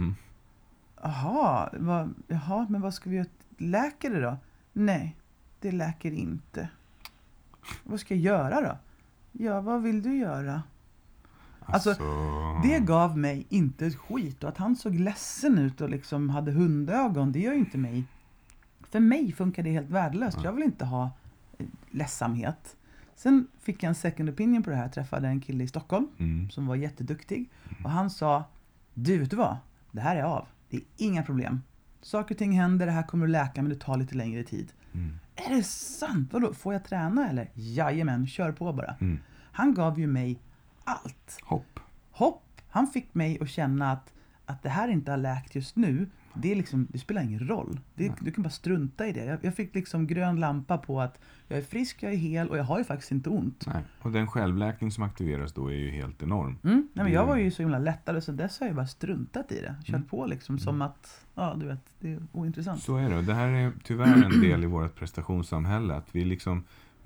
Jaha, men vad ska vi göra? Läker det då? Nej, det läker inte. Vad ska jag göra då? Ja, vad vill du göra? Alltså, det gav mig inte ett skit. Och att han såg ledsen ut och liksom hade hundögon, det gör ju inte mig. För mig funkar det helt värdelöst. Jag vill inte ha ledsamhet. Sen fick jag en second opinion på det här. Jag träffade en kille i Stockholm som var jätteduktig. Och han sa: du, vet du vad? Det här är av. Det är inga problem. Saker och ting händer, det här kommer att läka, men det tar lite längre tid. Är det sant? Vadå? Får jag träna eller? Jajamän, kör på bara. Han gav ju mig allt. Hopp. Han fick mig att känna att det här inte har läkt just nu. Det är liksom, det spelar ingen roll. Du kan bara strunta i det. Jag fick liksom grön lampa på att jag är frisk, jag är hel och jag har ju faktiskt inte ont. Nej. Och den självläkning som aktiveras då är ju helt enorm. Nej, men jag var ju så himla lättare, så dess har jag bara struntat i det. Kört på liksom som att, ja du vet, det är ointressant. Så är det. Det här är tyvärr en del i vårt prestationssamhälle. Att vi liksom,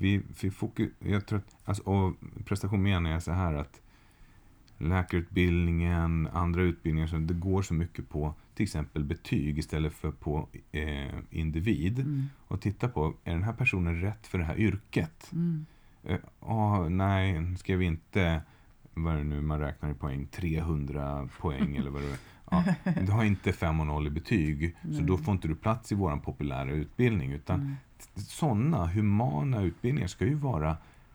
jag tror att, alltså, och prestation menar jag så här att läkarutbildningen, andra utbildningar, så det går så mycket på till exempel betyg istället för på individ. Och titta på, är den här personen rätt för det här yrket? Nej, ska vi inte vad är det nu man räknar i poäng, 300 poäng eller vad det är. Ja, du har inte 5 och 0 i betyg, så då får inte du plats i våran populära utbildning, utan sådana humana utbildningar ska ju vara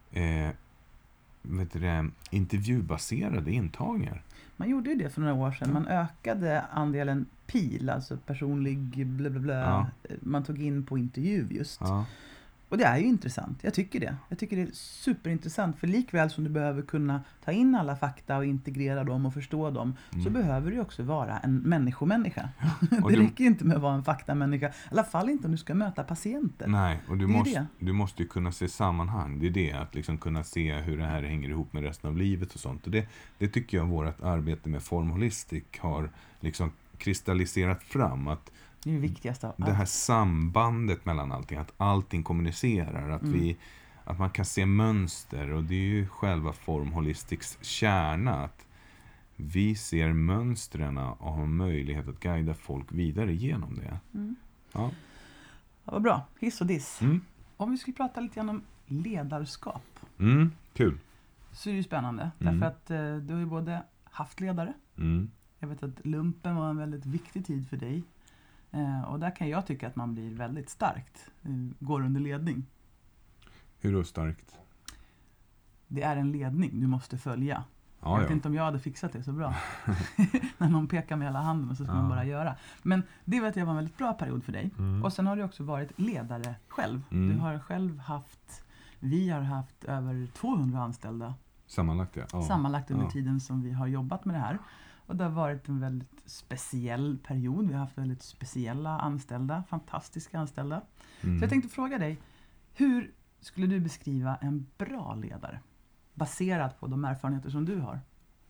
intervjubaserade intagningar. Man gjorde ju det för några år sedan. Man ökade andelen PIL, alltså personlig blablabla. Ja. Man tog in på intervju just. Ja. Och det är ju intressant. Jag tycker det. Jag tycker det är superintressant. För likväl som du behöver kunna ta in alla fakta och integrera dem och förstå dem, så behöver du också vara en människomänniska. Och Det räcker inte med att vara en faktamänniska. I alla fall inte om du ska möta patienter. Nej, och Det. du måste ju kunna se sammanhang. Det är det, att liksom kunna se hur det här hänger ihop med resten av livet och sånt. Och det tycker jag vårt arbete med formholistik har liksom kristalliserat fram, att Det är det viktigaste av allt. det här sambandet mellan allting, att allting kommunicerar, att man kan se mönster, och det är ju själva formholistiks kärna, att vi ser mönstren och har möjlighet att guida folk vidare genom det. Ja. Ja, vad bra. Hiss och diss. Om vi skulle prata lite grann om ledarskap, Kul. så är det ju spännande. Därför att du har ju både haft ledare. Jag vet att lumpen var en väldigt viktig tid för dig. Och där kan jag tycka att man blir väldigt starkt. Går under ledning. Hur då starkt? Det är en ledning du måste följa. Ja, Jag vet inte om jag hade fixat det så bra. När någon pekar med hela handen och så ska man bara göra. Men det vet jag var en väldigt bra period för dig. Och sen har du också varit ledare själv. Du har själv vi har haft över 200 anställda. Sammanlagt, ja. Sammanlagt under tiden som vi har jobbat med det här. Och det har varit en väldigt speciell period. Vi har haft väldigt speciella anställda, fantastiska anställda. Så jag tänkte fråga dig, hur skulle du beskriva en bra ledare? Baserat på de erfarenheter som du har.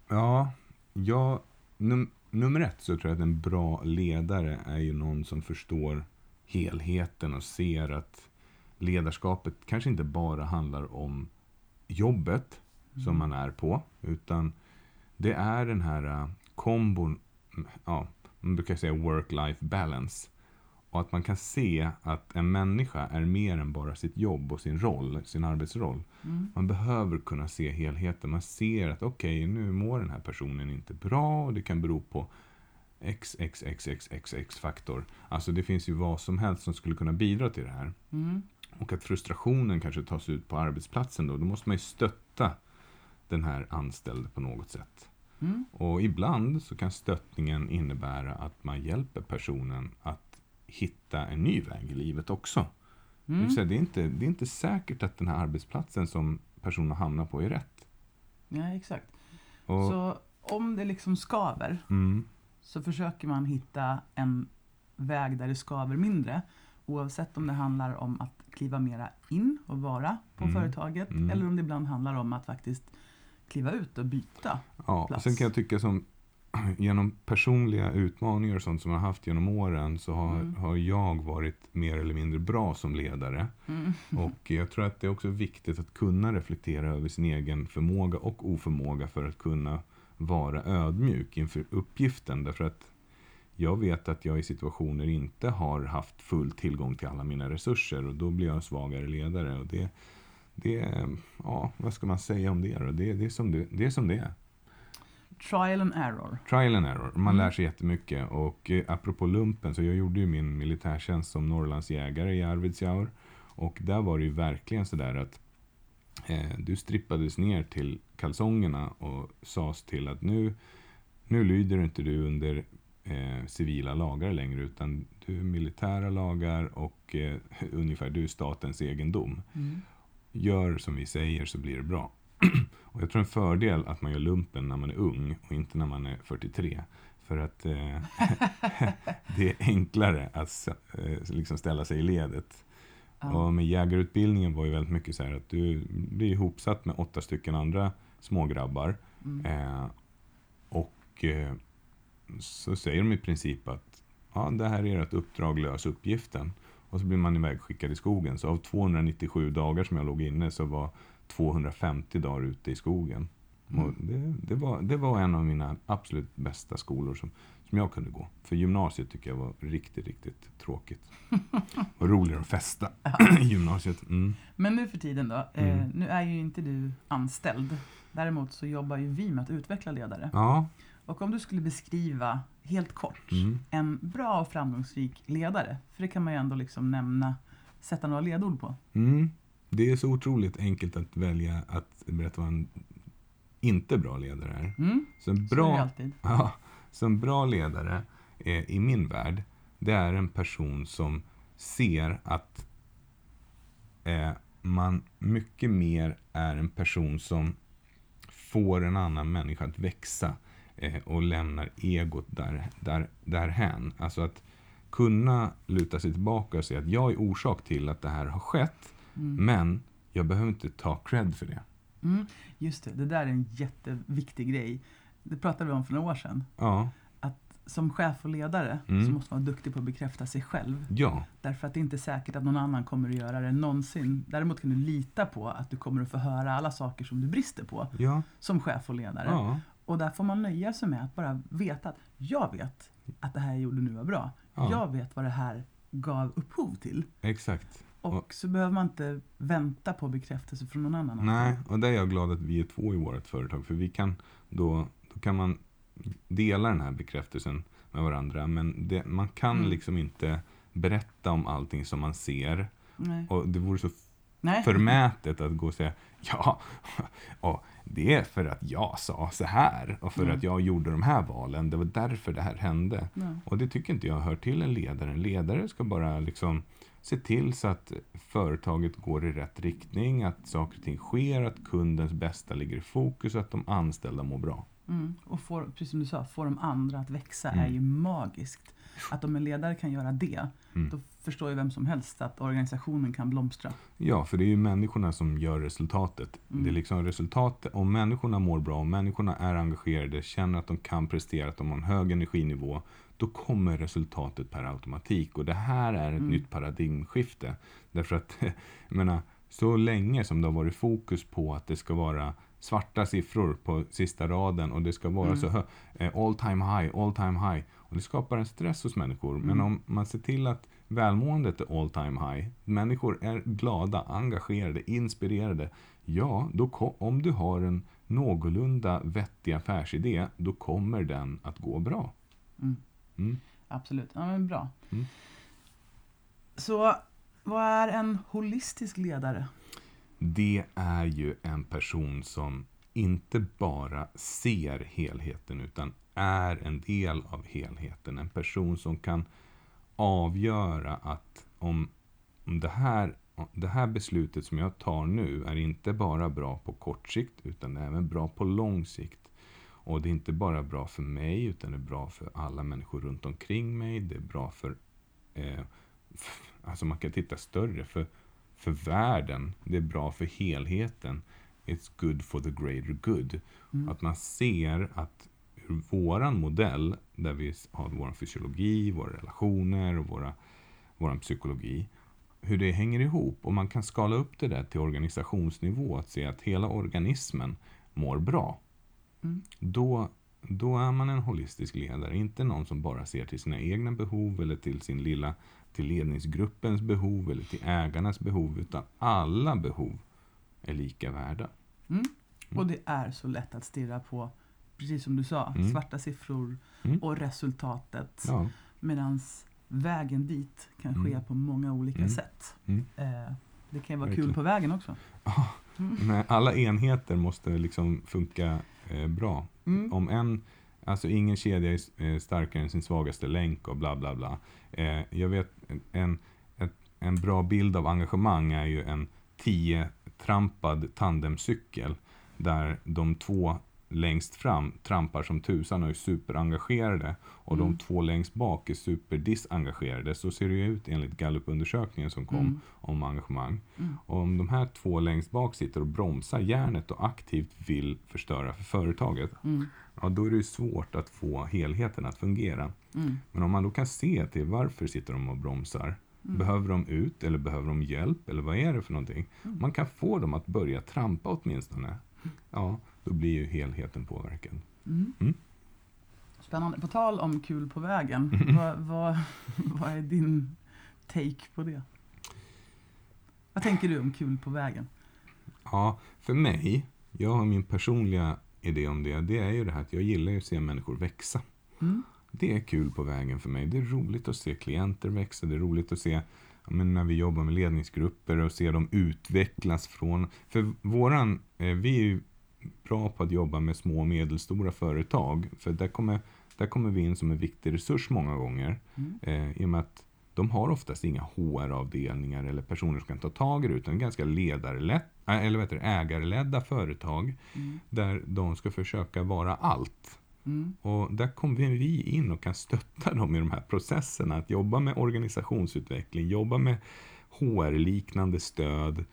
Ja, nummer 1 så tror jag att en bra ledare är ju någon som förstår helheten och ser att ledarskapet kanske inte bara handlar om jobbet som man är på, utan det är den här kombon, man brukar säga work-life balance. Och att man kan se att en människa är mer än bara sitt jobb och sin roll, sin arbetsroll. Man behöver kunna se helheten. Man ser att okej, nu mår den här personen inte bra, och det kan bero på XXXXXX-faktor. Alltså det finns ju vad som helst som skulle kunna bidra till det här. Och att frustrationen kanske tas ut på arbetsplatsen då måste man ju stötta den här anställde på något sätt. Och ibland så kan stöttningen innebära att man hjälper personen att hitta en ny väg i livet också. Det vill säga, det är inte säkert att den här arbetsplatsen som personen hamnar på är rätt. Ja, exakt. Så om det liksom skaver, så försöker man hitta en väg där det skaver mindre. Oavsett om det handlar om att kliva mera in och vara på företaget, eller om det ibland handlar om att faktiskt kliva ut och byta plats. Och sen kan jag tycka som genom personliga utmaningar och sånt som jag har haft genom åren, så har jag varit mer eller mindre bra som ledare. Och jag tror att det är också viktigt att kunna reflektera över sin egen förmåga och oförmåga för att kunna vara ödmjuk inför uppgiften. Därför att jag vet att jag i situationer inte har haft full tillgång till alla mina resurser, och då blir jag en svagare ledare. Och vad ska man säga om det då? Det är som det är. Trial and error. Trial and error. Man lär sig jättemycket. Och apropå lumpen, så jag gjorde ju min militärtjänst som Norrlandsjägare i Arvidsjaur. Och där var det ju verkligen sådär att du strippades ner till kalsongerna och sades till att nu lyder inte du under civila lagar längre, utan du är militära lagar och ungefär du är statens egendom. Gör som vi säger så blir det bra. Och jag tror en fördel att man gör lumpen när man är ung och inte när man är 43. För att det är enklare att liksom ställa sig i ledet. Och med jägarutbildningen var ju väldigt mycket så här att du blir ihopsatt med 8 stycken andra smågrabbar. Och så säger de i princip att det här är ett uppdrag, lös uppgiften. Och så blir man iväg skickad i skogen. Så av 297 dagar som jag låg inne så var 250 dagar ute i skogen. Och det var en av mina absolut bästa skolor som jag kunde gå. För gymnasiet tycker jag var riktigt, riktigt tråkigt. Och roligare att festa i gymnasiet. Men nu för tiden då, nu är ju inte du anställd Däremot så jobbar ju vi med att utveckla ledare. Ja. Och om du skulle beskriva helt kort en bra och framgångsrik ledare, för det kan man ju ändå liksom nämna, sätta några ledord på. Det är så otroligt enkelt att välja att berätta vad en inte bra ledare är. Så en bra, så är det alltid. Ja, så en bra ledare i min värld, det är en person som ser att man mycket mer är en person som får en annan människa att växa och lämnar egot därhän. Alltså att kunna luta sig tillbaka och säga att jag är orsak till att det här har skett, men jag behöver inte ta cred för det. Just det där är en jätteviktig grej. Det pratade vi om för några år sedan. Ja. Att som chef och ledare så måste man vara duktig på att bekräfta sig själv. Ja. Därför att det är inte säkert att någon annan kommer att göra det någonsin. Däremot kan du lita på att du kommer att få höra alla saker som du brister på som chef och ledare. Ja. Och där får man nöja sig med att bara veta att jag vet att det här jag gjorde nu var bra. Ja. Jag vet vad det här gav upphov till. Exakt. Och så behöver man inte vänta på bekräftelse från någon annan. Nej, och där är jag glad att vi är 2 i vårt företag. För vi kan då kan man dela den här bekräftelsen med varandra. Men man kan liksom inte berätta om allting som man ser. Nej. Och det vore så förmätet att gå och säga och det är för att jag sa så här och för att jag gjorde de här valen. Det var därför det här hände. Och det tycker inte jag hör till en ledare. En ledare ska bara liksom se till så att företaget går i rätt riktning, att saker och ting sker, att kundens bästa ligger i fokus och att de anställda mår bra. Och precis som du sa, få de andra att växa är ju magiskt. Att om en ledare kan göra det, då förstår ju vem som helst att organisationen kan blomstra. Ja, för det är ju människorna som gör resultatet. Det är liksom resultatet. Om människorna mår bra, om människorna är engagerade, känner att de kan prestera, att de har en hög energinivå, då kommer resultatet per automatik. Och det här är ett nytt paradigmskifte. Därför att, jag menar, så länge som det har varit fokus på att det ska vara svarta siffror på sista raden och det ska vara så all time high. Och det skapar en stress hos människor. Men om man ser till att välmåendet är all time high, människor är glada, engagerade, inspirerade, ja, då om du har en någorlunda vettig affärsidé, då kommer den att gå bra. Absolut, ja men bra. Så vad är en holistisk ledare? Det är ju en person som inte bara ser helheten utan är en del av helheten. En person som kan avgöra att om det här beslutet som jag tar nu är inte bara bra på kort sikt utan även bra på lång sikt. Och det är inte bara bra för mig utan det är bra för alla människor runt omkring mig. Det är bra för alltså man kan titta större för världen. Det är bra för helheten. It's good for the greater good. Att man ser att våran modell där vi har vår fysiologi, våra relationer och våran psykologi, hur det hänger ihop. Och man kan skala upp det där till organisationsnivå, att se att hela organismen mår bra. Då är man en holistisk ledare, inte någon som bara ser till sina egna behov eller till ledningsgruppens behov eller till ägarnas behov, utan alla behov är lika värda. Och det är så lätt att stirra på, precis som du sa, svarta siffror och resultatet. Ja. Medans vägen dit kan ske på många olika sätt. Det kan ju vara kul på vägen också. Men alla enheter måste liksom funka bra. Om ingen kedja är starkare än sin svagaste länk och bla bla bla. Jag vet en bra bild av engagemang är ju en 10-trampad tandemcykel där de 2 längst fram trampar som tusan och är superengagerade och de 2 längst bak är superdisengagerade. Så ser det ut enligt Gallup-undersökningen som kom om engagemang. Och om de här 2 längst bak sitter och bromsar järnet och aktivt vill förstöra för företaget, ja, då är det svårt att få helheten att fungera. Men om man då kan se till varför sitter de och bromsar, behöver de ut eller behöver de hjälp eller vad är det för någonting? Man kan få dem att börja trampa åtminstone. Ja, då blir ju helheten påverkad. Spännande. På tal om kul på vägen, vad är din take på det? Vad tänker du om kul på vägen? Ja, för mig jag har min personliga idé om det. Det är ju det här att jag gillar ju att se människor växa. Det är kul på vägen för mig. Det är roligt att se klienter växa. Det är roligt att se när vi jobbar med ledningsgrupper och se dem utvecklas från... För vi är ju bra på att jobba med små och medelstora företag. För där kommer vi in som en viktig resurs många gånger. I och med att de har oftast inga HR-avdelningar eller personer som kan ta tag i det, utan ganska ägarledda företag där de ska försöka vara allt. Och där kommer vi in och kan stötta dem i de här processerna, att jobba med organisationsutveckling, jobba med HR-liknande stöd,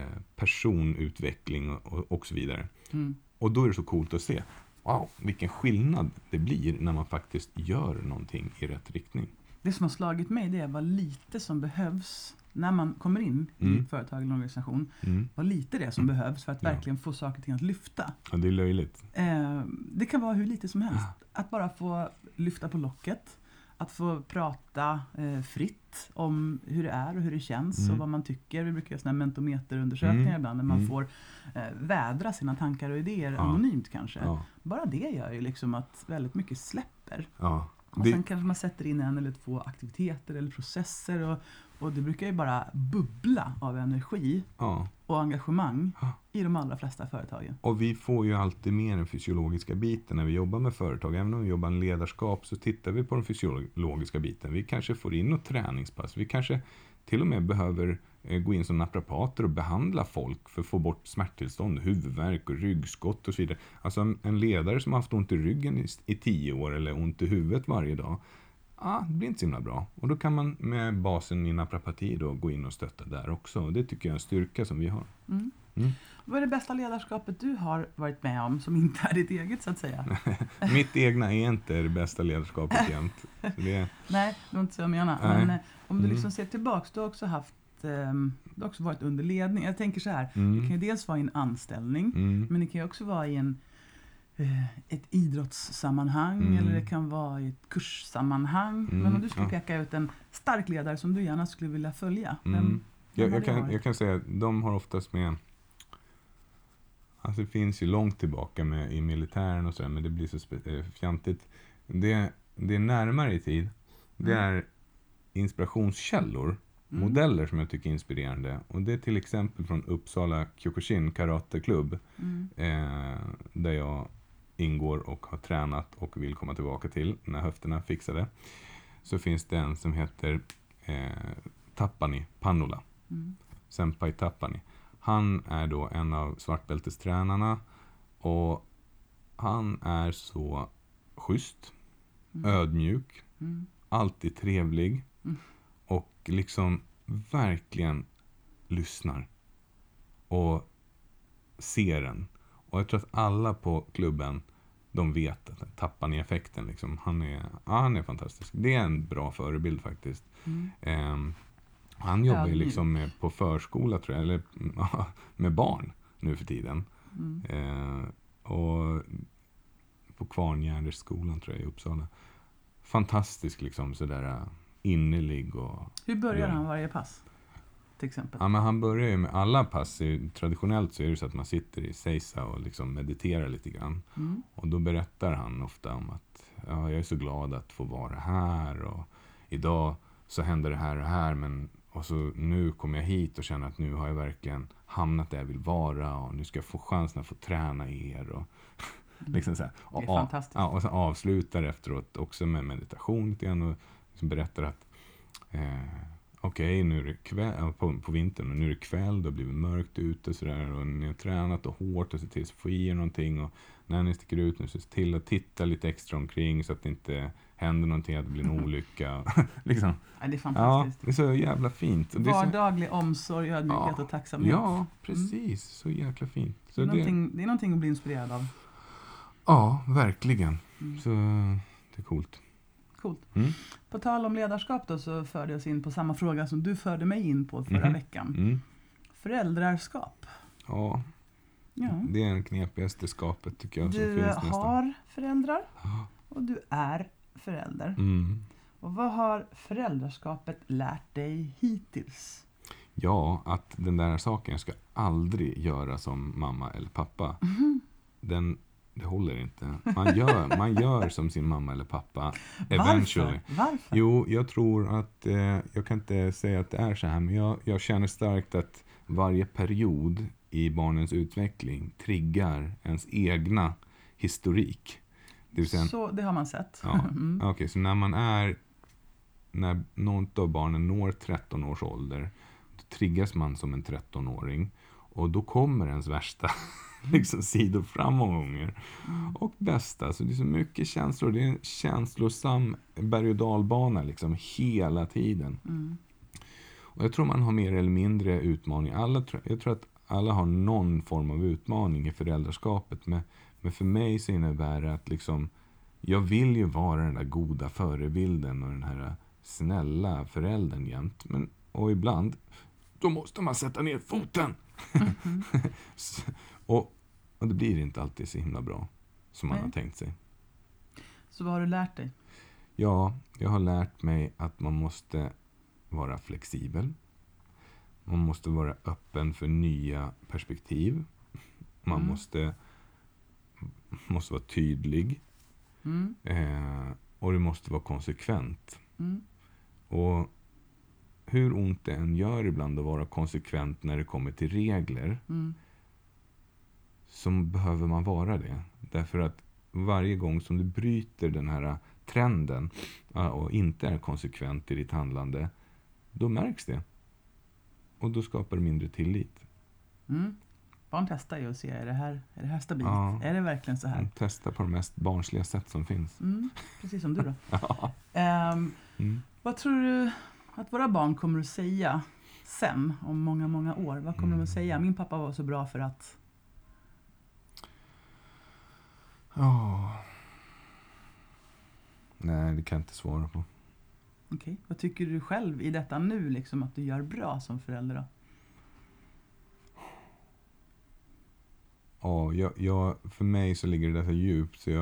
personutveckling och så vidare. Och då är det så coolt att se, wow, vilken skillnad det blir när man faktiskt gör någonting i rätt riktning. Det som har slagit mig, det är vad lite som behövs när man kommer in i ett företag eller organisation. Vad lite det är som behövs för att verkligen få saker och ting att lyfta. Ja, det är löjligt. Det kan vara hur lite som helst. Att bara få lyfta på locket. Att få prata fritt om hur det är och hur det känns och vad man tycker. Vi brukar göra såna här mentometerundersökningar ibland när man får vädra sina tankar och idéer anonymt kanske. Bara det gör ju liksom att väldigt mycket släpper. Och sen kanske man sätter in 1 eller 2 aktiviteter eller processer och det brukar ju bara bubbla av energi och engagemang i de allra flesta företagen. Och vi får ju alltid mer den fysiologiska biten när vi jobbar med företag. Även om vi jobbar med ledarskap så tittar vi på den fysiologiska biten. Vi kanske får in något träningspass. Vi kanske till och med behöver gå in som naprapater och behandla folk för att få bort smärttillstånd, huvudvärk och ryggskott och så vidare. Alltså en ledare som har haft ont i ryggen i 10 år eller ont i huvudet varje dag, det blir inte så himla bra. Och då kan man med basen i naprapati då gå in och stötta där också. Och det tycker jag är en styrka som vi har. Vad är det bästa ledarskapet du har varit med om som inte är ditt eget så att säga? Mitt egna är inte det bästa ledarskapet jämt. Nej, det var inte så jag menar. Men om du liksom ser tillbaks, du har också haft du har också varit under ledning. Jag tänker så här, det kan ju dels vara i en anställning, men det kan ju också vara i ett idrottssammanhang eller det kan vara i ett kurssammanhang. Men om du skulle peka ut en stark ledare som du gärna skulle vilja följa, jag kan säga att de har oftast med, alltså det finns ju långt tillbaka i militären och sådär, men det blir så fjantigt. Det är närmare i tid. Det är inspirationskällor, modeller som jag tycker är inspirerande. Och det är till exempel från Uppsala Kyokushin karateklubb, där jag ingår och har tränat och vill komma tillbaka till när höfterna fixade. Så finns det en som heter Tappani Pannula. Senpai Tappani. Han är då en av svartbältestränarna och han är så schysst, ödmjuk, alltid trevlig och liksom verkligen lyssnar och ser den. Och jag tror att alla på klubben, de vet att tappar ni effekten liksom. Han är fantastisk. Det är en bra förebild faktiskt. Han jobbar ju liksom på förskola tror jag, eller med barn nu för tiden. Och på Kvarngärdersskolan tror jag i Uppsala. Fantastisk liksom, sådär innerlig och... Hur börjar han varje pass? Till exempel. Ja, men han börjar ju med alla pass. Traditionellt så är det så att man sitter i Seisa och liksom mediterar lite grann. Och då berättar han ofta om att jag är så glad att få vara här och idag så händer det här och här, men och så nu kommer jag hit och känner att nu har jag verkligen hamnat där jag vill vara och nu ska jag få chansen att få träna er och liksom så här. Det är fantastiskt. Och så avslutar efteråt också med meditation lite grann och liksom berättar att okej, nu är det kväll, på vintern och nu är det kväll, då blir det mörkt ute så där, och ni har tränat och hårt och se till att få i er någonting och när ni sticker ut nu så se till att titta lite extra omkring så att det inte händer någonting, att det blir en olycka. Liksom. Ja, det är fantastiskt. Ja, det är så jävla fint. Och vardaglig omsorg, ödmjukhet och tacksamhet. Ja, precis. Så jäkla fint. Så det är någonting att bli inspirerad av. Ja, verkligen. Så det är coolt. Coolt. På tal om ledarskap då, så förde jag oss in på samma fråga som du förde mig in på förra veckan. Föräldraskap. Ja, det är den knepigaste skapet tycker jag. Du som finns nästan. har föräldrar och du är förälder. Och vad har föräldraskapet lärt dig hittills? Ja, att den där saken ska aldrig göra som mamma eller pappa. Det håller inte. Man gör som sin mamma eller pappa. Eventually. Varför? Jo, jag tror att, jag kan inte säga att det är så här, men jag känner starkt att varje period i barnens utveckling triggar ens egna historik. Det vill säga, Så det har man sett. ja, okej, så när något av barnen når 13 års ålder, då triggas man som en 13-åring. Och då kommer ens värsta liksom sidor fram många gånger. Och bästa, så det är så mycket känslor. Det är en känslosam berg- och dalbana liksom hela tiden. Och jag tror man har mer eller mindre utmaning. Jag tror att alla har någon form av utmaning i föräldraskapet. Men för mig så innebär det att liksom, jag vill ju vara den där goda förebilden och den här snälla föräldern jämt. Och ibland, då måste man sätta ner foten. och det blir inte alltid så himla bra som man har tänkt sig. Så vad har du lärt dig? Ja, jag har lärt mig att man måste vara flexibel. Man måste vara öppen för nya perspektiv. Man måste vara tydlig. Och det måste vara konsekvent. Och hur ont det än gör ibland att vara konsekvent när det kommer till regler, så behöver man vara det. Därför att varje gång som du bryter den här trenden och inte är konsekvent i ditt handlande, då märks det. Och då skapar det mindre tillit. Barn testar ju och ser, är det här stabilt? Ja. Är det verkligen så här? Testa på de mest barnsliga sätt som finns. Precis som du då. Vad tror du att våra barn kommer att säga sen, om många, många år? Vad kommer de att säga? Min pappa var så bra för att... Nej, det kan jag inte svara på. Okej. Vad tycker du själv i detta nu, liksom, att du gör bra som förälder då? Ja, för mig så ligger det där så djupt, så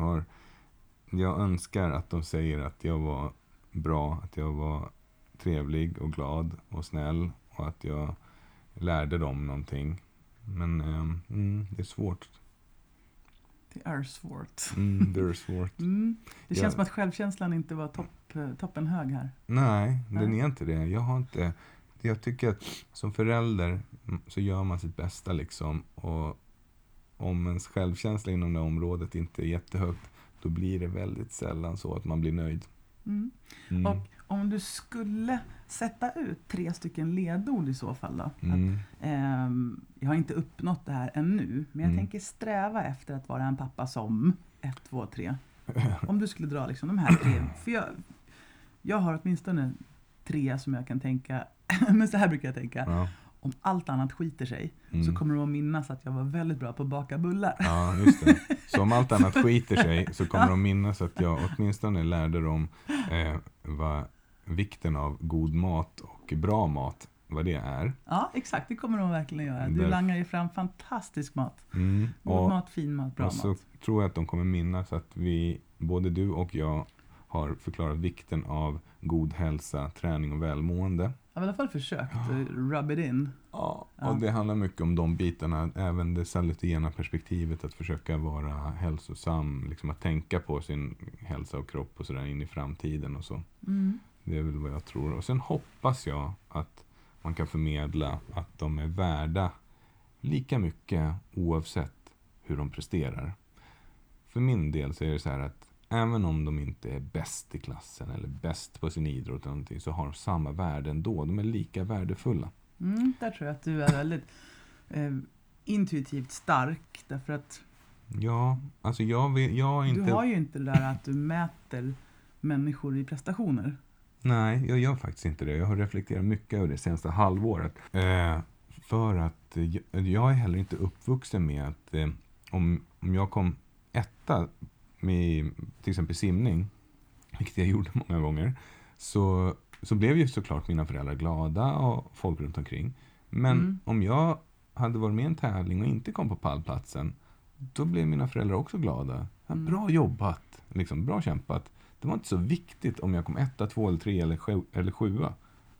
jag önskar att de säger att jag var bra, att jag var trevlig och glad och snäll och att jag lärde dem någonting. Men det är svårt. Det är svårt. Det är svårt. Det känns som att självkänslan inte var toppen hög här. Nej, den är inte det. Jag tycker att som förälder så gör man sitt bästa liksom, och om ens självkänsla inom det området inte är jättehögt, då blir det väldigt sällan så att man blir nöjd. Och om du skulle sätta ut 3 stycken ledord i så fall då? Jag har inte uppnått det här ännu, men jag tänker sträva efter att vara en pappa som 1, 2, 3. Om du skulle dra liksom de här 3. För jag har åtminstone 3 som jag kan tänka, men så här brukar jag tänka. Ja. Om allt annat skiter sig så kommer de att minnas att jag var väldigt bra på att baka bullar. Ja, just det. Så om allt annat skiter sig så kommer de minnas att jag åtminstone lärde dem vad vikten av god mat och bra mat, vad det är. Ja, exakt. Det kommer de verkligen göra. Du langar ju fram fantastisk mat. God mat, fin mat, bra mat. Så tror jag att de kommer minnas att både du och jag har förklarat vikten av god hälsa, träning och välmående. Jag har i alla fall försökt rub it in. Ja, och det handlar mycket om de bitarna, även det salutogena perspektivet, att försöka vara hälsosam, liksom att tänka på sin hälsa och kropp och sådär in i framtiden och så. Det är väl vad jag tror. Och sen hoppas jag att man kan förmedla att de är värda lika mycket oavsett hur de presterar. För min del så är det så här att även om de inte är bäst i klassen eller bäst på sin idrott eller någonting, så har de samma värde ändå. De är lika värdefulla. Där tror jag att du är väldigt intuitivt stark. Därför att ja, alltså jag inte... Du har ju inte det där att du mäter människor i prestationer. Nej, jag gör faktiskt inte det. Jag har reflekterat mycket över det senaste halvåret. För att jag är heller inte uppvuxen med att om jag kom etta med till exempel simning, vilket jag gjorde många gånger, så blev ju såklart mina föräldrar glada och folk runt omkring. Men om jag hade varit med i en tävling och inte kom på pallplatsen, då blev mina föräldrar också glada. Bra jobbat, liksom, bra kämpat. Det var inte så viktigt om jag kom 1, 2 eller 3 eller 7.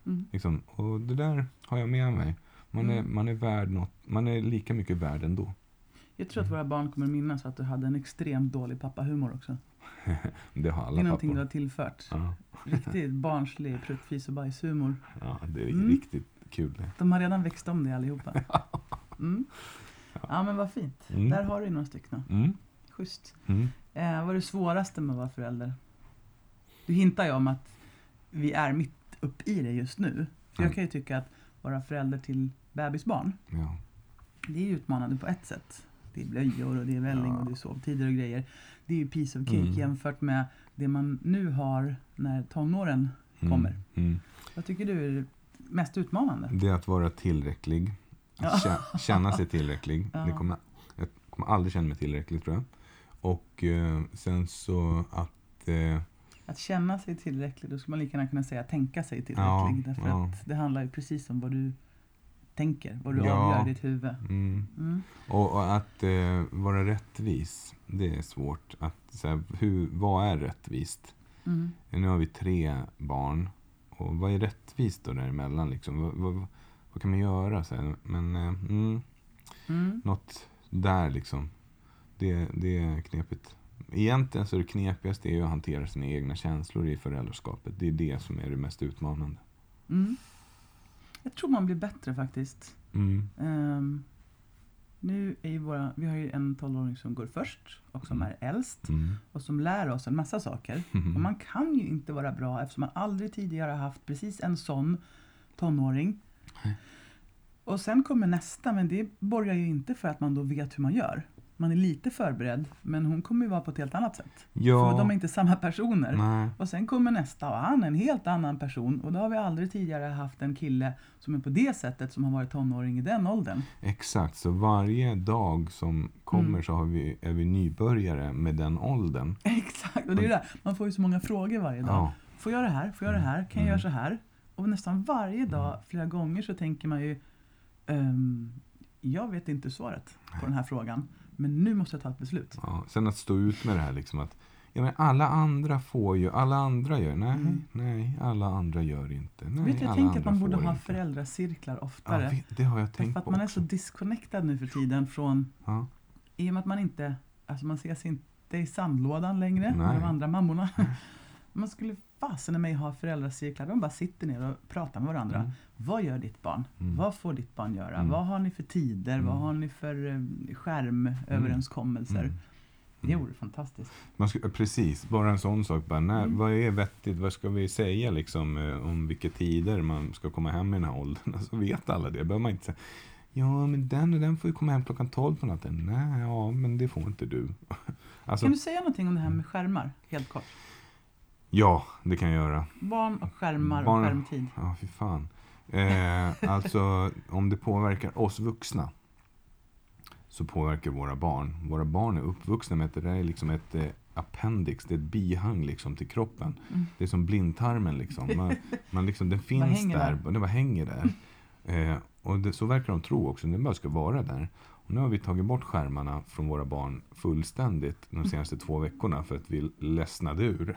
Liksom, och det där har jag med mig. Man är värd något. Man är lika mycket värd ändå. Jag tror att våra barn kommer minnas att du hade en extremt dålig pappahumor också. Det har alla Det är någonting pappor. du har tillfört. Ja. Riktigt barnslig pruttfis och bajshumor. Ja, det är riktigt kul det. De har redan växt om det allihopa. Ja, men vad fint. Där har du några stycken. Schysst. Vad är det svåraste med att vara förälder? Du hintar ju om att vi är mitt upp i det just nu. För jag kan ju tycka att vara förälder till bebisbarn, Ja. det är utmanande på ett sätt. Det är blöjor och det är välling och det är sovtider och grejer. Det är ju piece of cake jämfört med det man nu har när tonåren kommer. Vad tycker du är mest utmanande? Det är att vara tillräcklig. Att känna sig tillräcklig. Ja. Jag kommer aldrig känna mig tillräcklig, tror jag. Och sen så att... Att känna sig tillräcklig, då skulle man lika gärna kunna säga tänka sig tillräcklig. Ja, därför att det handlar ju precis om vad du tänker, vad du avgör i ditt huvud. Och att vara rättvis, det är svårt. Att, så här, vad är rättvist? Nu har vi 3 barn. Och vad är rättvist då däremellan? Liksom? Vad kan man göra? Så här? Men något där liksom. Det är knepigt. Egentligen så är det knepigaste är ju att hantera sina egna känslor i föräldraskapet. Det är det som är det mest utmanande. Jag tror man blir bättre faktiskt. Nu är vi har ju en 12-åring som går först och som är äldst och som lär oss en massa saker. Och man kan ju inte vara bra eftersom man aldrig tidigare har haft precis en sån tonåring. Och sen kommer nästa, men det borgar ju inte för att man då vet hur man gör. Man är lite förberedd, men hon kommer ju vara på ett helt annat sätt. Ja. För de är inte samma personer. Nej. Och sen kommer nästa och han är en helt annan person. Och då har vi aldrig tidigare haft en kille som är på det sättet som har varit tonåring i den åldern. Exakt, så varje dag som kommer så är vi nybörjare med den åldern. Exakt, och det är det. Man får ju så många frågor varje dag. Ja. Får jag det här? Får jag det här? Kan jag göra så här? Och nästan varje dag, flera gånger, så tänker man ju jag vet inte svaret på den här frågan. Men nu måste jag ta ett beslut. Ja, sen att stå ut med det här liksom att men alla andra får ju, alla andra gör. Nej, alla andra gör inte. Nej, vet du, jag tänker att man borde ha föräldracirklar oftare. Ja, det har jag tänkt för att på man också. är så disconnectad nu för tiden från i och med att man inte, alltså man ses inte i sandlådan längre med de andra mammorna. Man skulle fasen mig ha föräldracirklar. De bara sitter ner och pratar med varandra. Vad gör ditt barn? Vad får ditt barn göra? Vad har ni för tider? Vad har ni för skärmöverenskommelser? Det vore fantastiskt. Precis, bara en sån sak. Bara, vad är vettigt? Vad ska vi säga liksom, om vilka tider man ska komma hem i den här åldern? Alltså, vet alla det? Behöver man inte säga, ja men den får ju komma hem klockan 12 på natten. Nej, ja men det får inte du. Alltså, kan du säga någonting om det här med skärmar, helt kort? Ja, det kan jag göra. Barn och skärmar och skärmtid. Ja, fy fan. Alltså, om det påverkar oss vuxna så påverkar våra barn. Våra barn är uppvuxna med att det där är liksom ett appendix, det är ett bihang liksom till kroppen. Det är som blindtarmen liksom. Man liksom, den finns där, och det bara hänger där. Och så verkar de tro också, den bara ska vara där. Och nu har vi tagit bort skärmarna från våra barn fullständigt de senaste 2 veckorna för att vi ledsnade ur.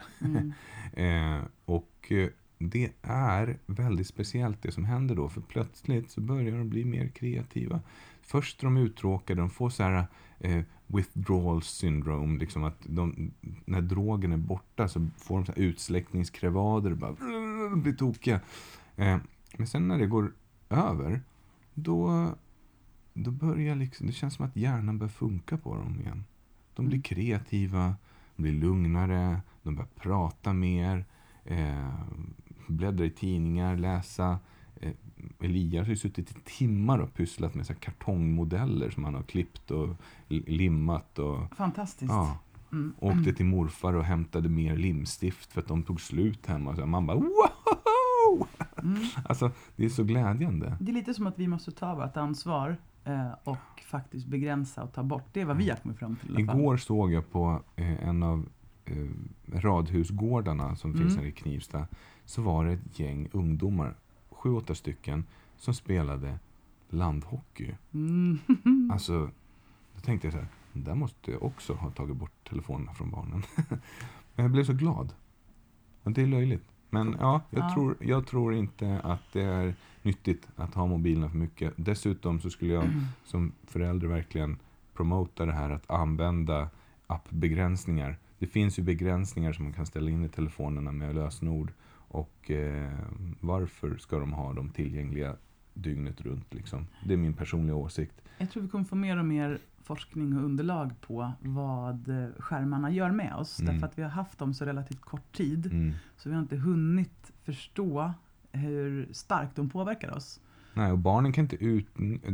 Och det är väldigt speciellt det som händer då, för plötsligt så börjar de bli mer kreativa. Först är de uttråkade, de får så här withdrawal syndrome, liksom att när drogen är borta så får de så här utsläckningskrevader, bara blir tokiga. Men sen när det går över, då börjar liksom, det känns som att hjärnan börjar funka på dem igen. De blir kreativa, de blir lugnare, de börjar prata mer, bläddra i tidningar, läsa. Elias har ju suttit i timmar och pysslat med så här kartongmodeller som han har klippt och limmat. Och, fantastiskt. Ja. Åkte till morfar och hämtade mer limstift för att de tog slut hemma. Så man bara, wow! Alltså, det är så glädjande. Det är lite som att vi måste ta vårt ansvar och faktiskt begränsa och ta bort. Det är vad vi har kommit fram till. Igår såg jag på en av radhusgårdarna som finns här i Knivsta, så var det ett gäng ungdomar, 7-8 stycken, som spelade landhockey. Alltså, då tänkte jag så här, där måste jag också ha tagit bort telefonerna från barnen. Men jag blev så glad. Och det är löjligt. Men ja, jag tror inte att det är nyttigt att ha mobilerna för mycket. Dessutom så skulle jag som förälder verkligen promota det här att använda appbegränsningar. Det finns ju begränsningar som man kan ställa in i telefonerna med lösenord. Och varför ska de ha dem tillgängliga dygnet runt liksom? Det är min personliga åsikt. Jag tror vi kommer få mer och mer forskning och underlag på vad skärmarna gör med oss. Därför att vi har haft dem så relativt kort tid. Så vi har inte hunnit förstå hur starkt de påverkar oss. Nej, och barnen kan inte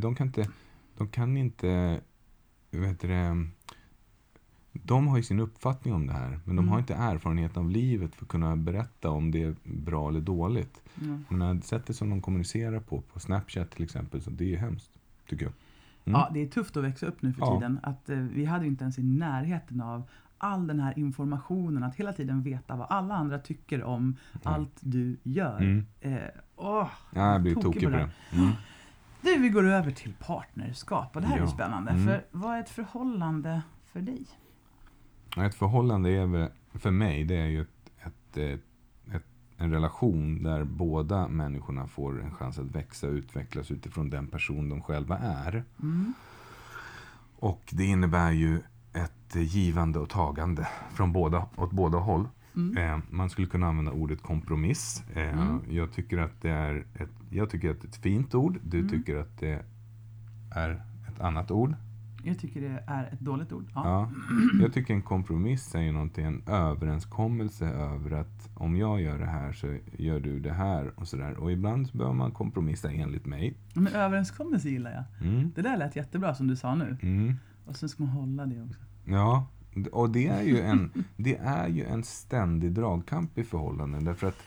de har ju sin uppfattning om det här, men de har inte erfarenhet av livet för att kunna berätta om det är bra eller dåligt. Men sättet som de kommunicerar på Snapchat till exempel, så det är hemskt, tycker jag. Ja, det är tufft att växa upp nu för tiden. Att vi hade ju inte ens i närheten av all den här informationen, att hela tiden veta vad alla andra tycker om allt du gör. Jag blir tokig på det. Du, vi går över till partnerskap, och det här är spännande. För vad är ett förhållande för dig? Ett förhållande är väl, för mig, det är ju en relation där båda människorna får en chans att växa och utvecklas utifrån den person de själva är. Och det innebär ju ett givande och tagande åt båda håll. Man skulle kunna använda ordet kompromiss. Jag tycker att det är ett fint ord. Du tycker att det är ett annat ord. Jag tycker det är ett dåligt ord. Ja. Jag tycker en kompromiss är ju någonting, en överenskommelse över att om jag gör det här så gör du det här och sådär. Och ibland så behöver man kompromissa enligt mig. Men överenskommelse gillar jag. Det där lät jättebra som du sa nu. Och sen ska man hålla det också. Ja, och det är ju en ständig dragkamp i förhållanden. Därför att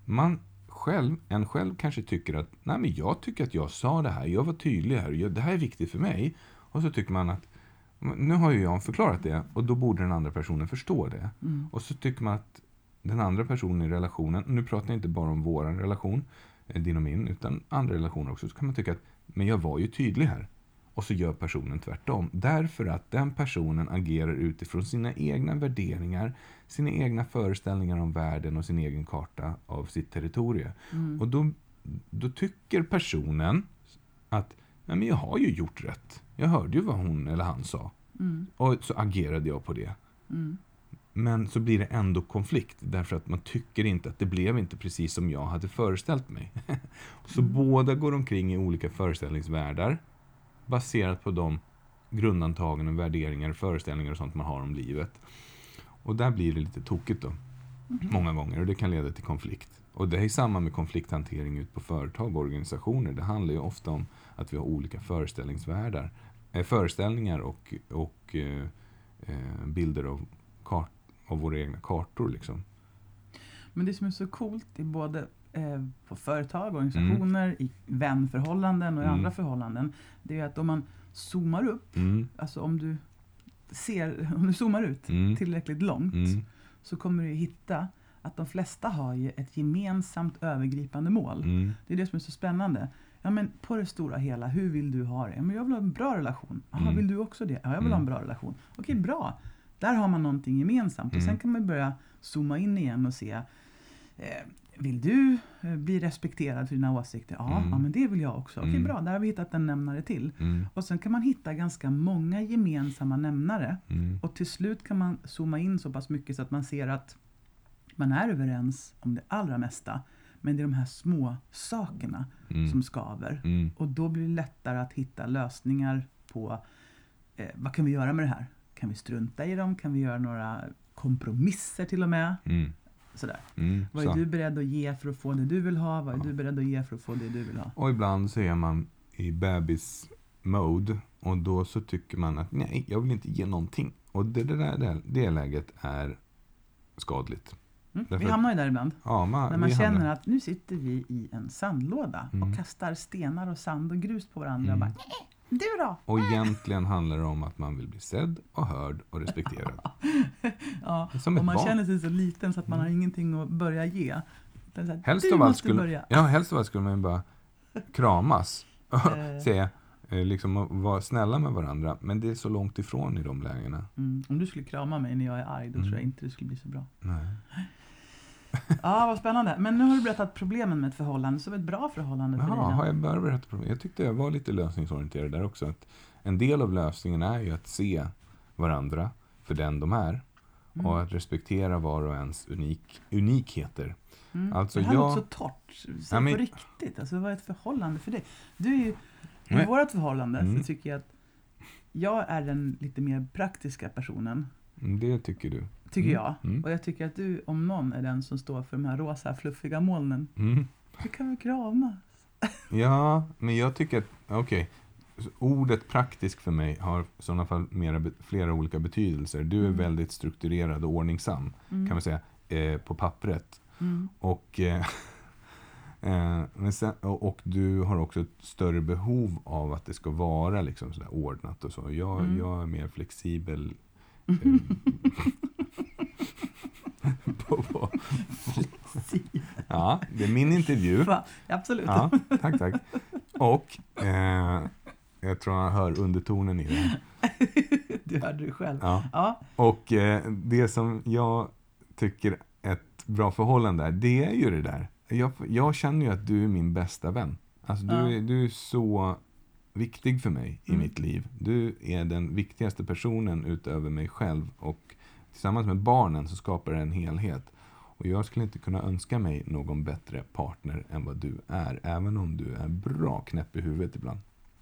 en själv kanske tycker att nej, men jag tycker att jag sa det här, jag var tydlig här, det här är viktigt för mig. Och så tycker man att nu har ju jag förklarat det, och då borde den andra personen förstå det. Och så tycker man att den andra personen i relationen, nu pratar jag inte bara om våran relation, din och min, utan andra relationer också, så kan man tycka att men jag var ju tydlig här. Och så gör personen tvärtom. Därför att den personen agerar utifrån sina egna värderingar, sina egna föreställningar om världen och sin egen karta av sitt territorium. Och då tycker personen att nej, men jag har ju gjort rätt. Jag hörde ju vad hon eller han sa. Och så agerade jag på det. Men så blir det ändå konflikt. Därför att man tycker inte att det blev inte precis som jag hade föreställt mig. Så båda går omkring i olika föreställningsvärldar. Baserat på de grundantaganden, värderingar, föreställningar och sånt man har om livet. Och där blir det lite tokigt då. Många gånger. Och det kan leda till konflikt. Och det är samma med konflikthantering ut på företag och organisationer. Det handlar ju ofta om att vi har olika föreställningar och bilder av våra egna kartor liksom. Men det som är så coolt i både på företag, organisationer, i vänförhållanden och i andra förhållanden, det är att om man zoomar upp, alltså om du zoomar ut tillräckligt långt, så kommer du hitta att de flesta har ju ett gemensamt övergripande mål. Det är det som är så spännande. Ja, men på det stora hela, hur vill du ha det? Ja, men jag vill ha en bra relation. Jaha, vill du också det? Ja, jag vill ha en bra relation. Okej, bra. Där har man någonting gemensamt. Och sen kan man börja zooma in igen och se, vill du bli respekterad för dina åsikter? Ja, men det vill jag också. Okej, bra. Där har vi hittat en nämnare till. Och sen kan man hitta ganska många gemensamma nämnare. Och till slut kan man zooma in så pass mycket så att man ser att man är överens om det allra mesta. Men det är de här små sakerna som skaver. Och då blir det lättare att hitta lösningar på vad kan vi göra med det här? Kan vi strunta i dem? Kan vi göra några kompromisser till och med? Sådär. Vad är du beredd att ge för att få det du vill ha? Vad är du beredd att ge för att få det du vill ha? Och ibland så är man i bebis-mode. Och då så tycker man att nej, jag vill inte ge någonting. Och det läget är skadligt. Vi hamnar ju där ibland. Ja, när man känner att nu sitter vi i en sandlåda och kastar stenar och sand och grus på varandra och bara, du då? Och egentligen handlar det om att man vill bli sedd och hörd och respekterad. Ja, och man känner sig så liten så att man har ingenting att börja ge. Helst av allt skulle man bara kramas och säga, liksom vara snälla med varandra. Men det är så långt ifrån i de lägena. Om du skulle krama mig när jag är arg, då tror jag inte det skulle bli så bra. Nej. Ja, vad spännande. Men nu har du berättat problemen med ett förhållande som ett bra förhållande för dig. Ja, har jag bara berättat problem? Jag tyckte jag var lite lösningsorienterad där också. Att en del av lösningen är ju att se varandra för den de är. Och att respektera var och ens unikheter. Alltså det här låter så torrt. Så på riktigt. Alltså, vad är ett förhållande för dig? Du är ju, i vårt förhållande så tycker jag att jag är den lite mer praktiska personen. Det tycker du. Tycker jag. Och jag tycker att du, om någon, är den som står för de här rosa, fluffiga molnen. Du kan väl kramas? Ja, men jag tycker att, okej. Ordet praktisk för mig har i sådana fall flera olika betydelser. Du är väldigt strukturerad och ordningsam, kan man säga, på pappret. Och, men sen, och du har också ett större behov av att det ska vara liksom sådär ordnat och så. Jag är mer flexibel. Ja, det är min intervju. Absolut. Ja, tack. Och jag tror jag hör undertonen i det. Du hörde det själv. Ja. Och det som jag tycker ett bra förhållande är, det är ju det där. Jag känner ju att du är min bästa vän. Alltså du är så viktig för mig i mitt liv. Du är den viktigaste personen utöver mig själv. Och tillsammans med barnen så skapar det en helhet. Och jag skulle inte kunna önska mig någon bättre partner än vad du är. Även om du är bra knäpp i huvudet ibland.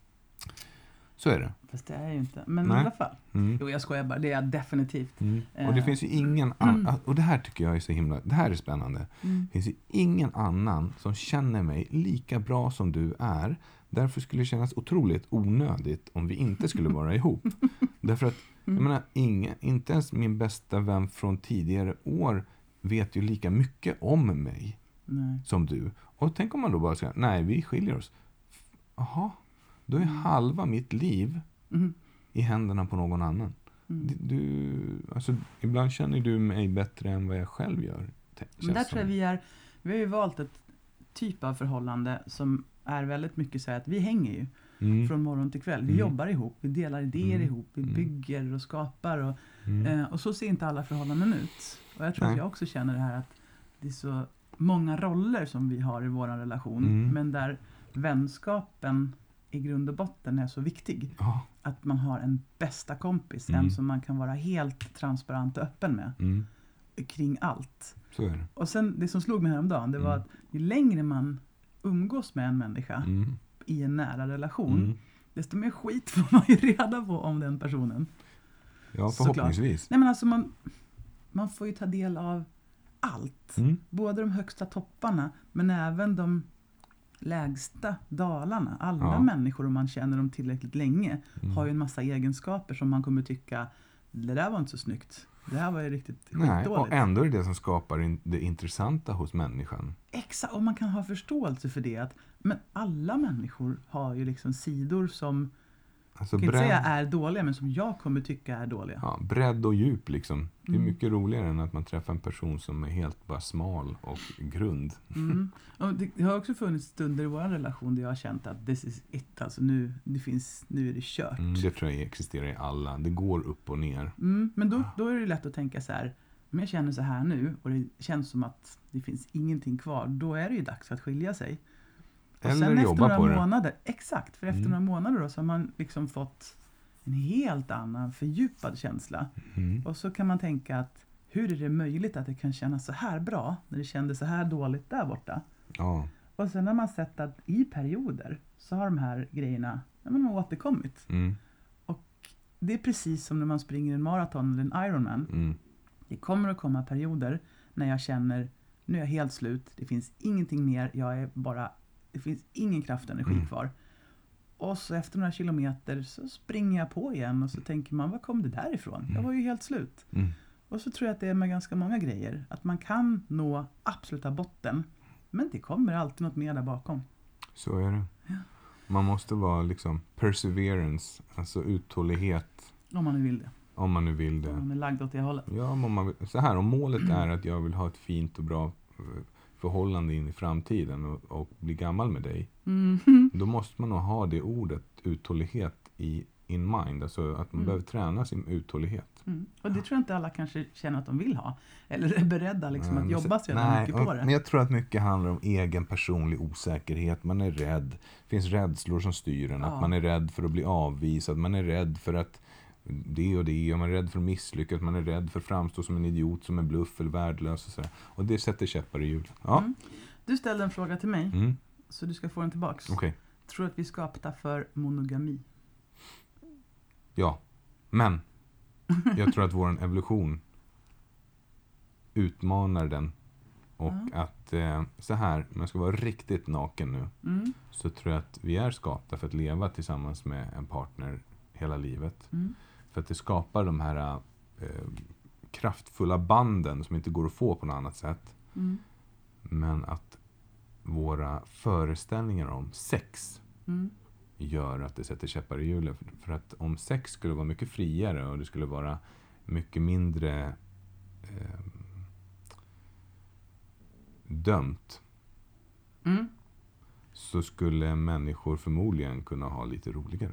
Så är det. Fast det är jag ju inte. Men i alla fall. Jo, jag skojar bara. Det är jag definitivt. Och det finns ju ingen annan. Och det här tycker jag är så himla. Det här är spännande. Det finns ju ingen annan som känner mig lika bra som du är. Därför skulle det kännas otroligt onödigt om vi inte skulle vara ihop. Därför att, jag menar, inte ens min bästa vän från tidigare år vet ju lika mycket om mig som du. Och tänk om man då bara säger, nej, vi skiljer oss. Jaha, då är halva mitt liv i händerna på någon annan. Alltså, ibland känner du mig bättre än vad jag själv gör. Där tror jag vi har ju valt ett typ av förhållande som är väldigt mycket så här att vi hänger ju från morgon till kväll. Vi jobbar ihop, vi delar idéer ihop, vi bygger och skapar och så ser inte alla förhållanden ut. Och jag tror att jag också känner det här att det är så många roller som vi har i vår relation, men där vänskapen i grund och botten är så viktig. Att man har en bästa kompis, en som man kan vara helt transparent och öppen med kring allt. Så är det. Och sen det som slog mig häromdagen, det var att ju längre man umgås med en människa i en nära relation, desto mer skit får man ju reda på om den personen. Ja, förhoppningsvis. Såklart. Nej, men alltså man får ju ta del av allt. Både de högsta topparna, men även de lägsta dalarna. Alla människor, om man känner dem tillräckligt länge, har ju en massa egenskaper som man kommer tycka, det där var inte så snyggt. Det här var ju riktigt skitdåligt. Nej, och ändå är det som skapar det intressanta hos människan. Exakt, och man kan ha förståelse för det. Men alla människor har ju liksom sidor som alltså kan inte säga är dåliga, men som jag kommer tycka är dåliga. Ja, bredd och djup liksom. Det är mycket roligare än att man träffar en person som är helt bara smal och grund. Och det har också funnits stunder i vår relation där jag har känt att this is it. Alltså nu är det kört. Det tror jag existerar i alla. Det går upp och ner. Men då är det lätt att tänka så här. Om jag känner så här nu och det känns som att det finns ingenting kvar, då är det ju dags att skilja sig. Och eller sen jobba efter på några det. Månader, exakt, för efter några månader då så har man liksom fått en helt annan fördjupad känsla. Och så kan man tänka att hur är det möjligt att det kan kännas så här bra när det kändes så här dåligt där borta? Ja. Och sen har man sett att i perioder så har de här grejerna återkommit. Och det är precis som när man springer en maraton eller en Ironman. Det kommer att komma perioder när jag känner, nu är jag helt slut, det finns ingenting mer, det finns ingen kraft och energi kvar. Och så efter några kilometer så springer jag på igen och så tänker man, var kom det där ifrån? Jag var ju helt slut. Och så tror jag att det är med ganska många grejer. Att man kan nå absoluta botten, men det kommer alltid något mer där bakom. Så är det. Ja. Man måste vara liksom perseverance, alltså uthållighet. Om man nu vill det. Om man nu vill det. Om man är lagd åt det hållet. Ja, om målet är att jag vill ha ett fint och bra förhållande in i framtiden och bli gammal med dig. Då måste man nog ha det ordet uthållighet i in mind. Alltså att man behöver träna sin uthållighet. Och det tror jag inte alla kanske känner att de vill ha. Eller är beredda liksom att jobba så jävla mycket på det. Men jag tror att mycket handlar om egen personlig osäkerhet. Man är rädd. Det finns rädslor som styr en. Att man är rädd för att bli avvisad. Man är rädd för att det och det. Och man är rädd för att misslyckas. Man är rädd för att framstå som en idiot, som en bluff eller värdelös. Och, sådär. Och det sätter käppar i hjulet. Ja. Du ställde en fråga till mig. Så du ska få den tillbaks. Okay. Tror du att vi skapta för monogami? Ja, men jag tror att vår evolution utmanar den. Och att så här, om jag ska vara riktigt naken nu, så tror jag att vi är skapta för att leva tillsammans med en partner hela livet. För att det skapar de här kraftfulla banden som inte går att få på något annat sätt. Men att våra föreställningar om sex gör att det sätter käppar i hjulet. För att om sex skulle vara mycket friare och det skulle vara mycket mindre dömt, så skulle människor förmodligen kunna ha lite roligare.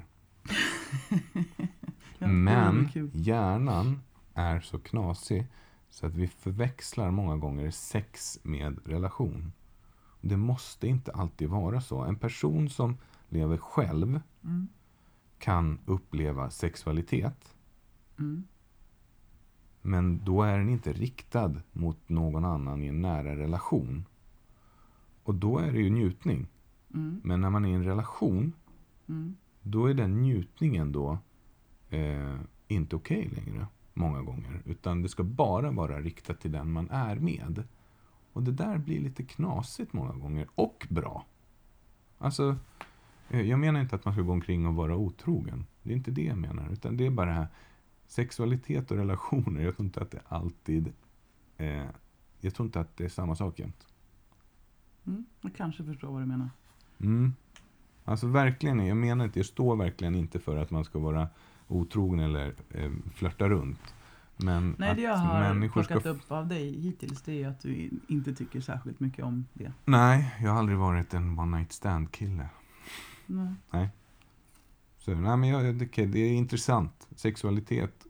Men hjärnan är så knasig så att vi förväxlar många gånger sex med relation. Det måste inte alltid vara så. En person som lever själv kan uppleva sexualitet. Men då är den inte riktad mot någon annan i en nära relation. Och då är det ju njutning. Men när man är i en relation, då är den njutningen då inte okej längre många gånger. Utan det ska bara vara riktat till den man är med. Och det där blir lite knasigt många gånger. Och bra. Alltså, jag menar inte att man ska gå omkring och vara otrogen. Det är inte det jag menar. Utan det är bara här, sexualitet och relationer. Jag tror inte att det alltid... jag tror inte att det är samma sak jämt. Jag kanske förstår vad du menar. Alltså verkligen, jag menar inte, jag står verkligen inte för att man ska vara otrogen eller flörta runt. Men nej, att det jag har plockat ska upp av dig hittills, det är att du inte tycker särskilt mycket om det. Nej, jag har aldrig varit en one night stand kille. Nej. Så, nej, men det är intressant. Sexualitet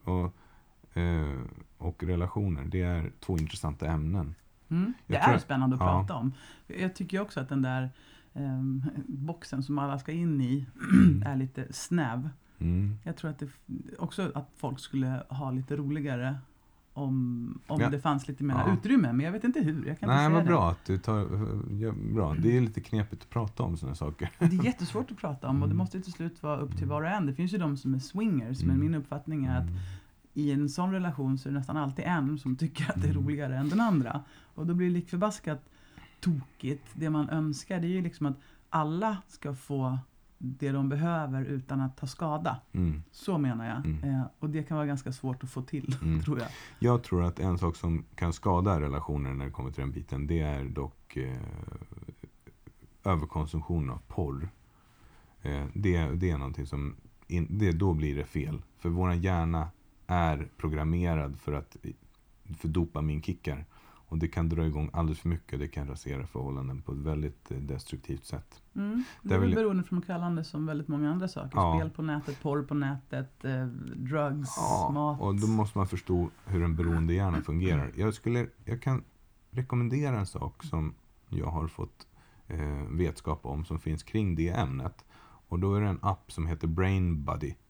och relationer, det är två intressanta ämnen. Det är spännande att prata om. Jag tycker också att den där boxen som alla ska in i är lite snäv. Jag tror att också att folk skulle ha lite roligare om det fanns lite mer utrymme, men jag vet inte hur. Jag kan inte säga vad det. Bra att du bra. Det är lite knepigt att prata om sådana saker. Det är jättesvårt att prata om och det måste till slut vara upp till var och en. Det finns ju de som är swingers, men min uppfattning är att i en sån relation så är det nästan alltid en som tycker att det är roligare än den andra. Och då blir det lite förbaskat tokigt. Det man önskar, det är ju liksom att alla ska få det de behöver utan att ta skada. Så menar jag. Och det kan vara ganska svårt att få till, tror jag. Jag tror att en sak som kan skada relationer när det kommer till den biten, det är dock överkonsumtion av porr. Det är någonting som då blir det fel. För våran hjärna är programmerad för dopaminkickar. Och det kan dra igång alldeles för mycket. Det kan rasera förhållanden på ett väldigt destruktivt sätt. Det är beroendeframkallande som väldigt många andra saker. Spel på nätet, porr på nätet, drugs, mat. Och då måste man förstå hur en beroendehjärna fungerar. Jag kan rekommendera en sak som jag har fått vetskap om som finns kring det ämnet. Och då är det en app som heter Brain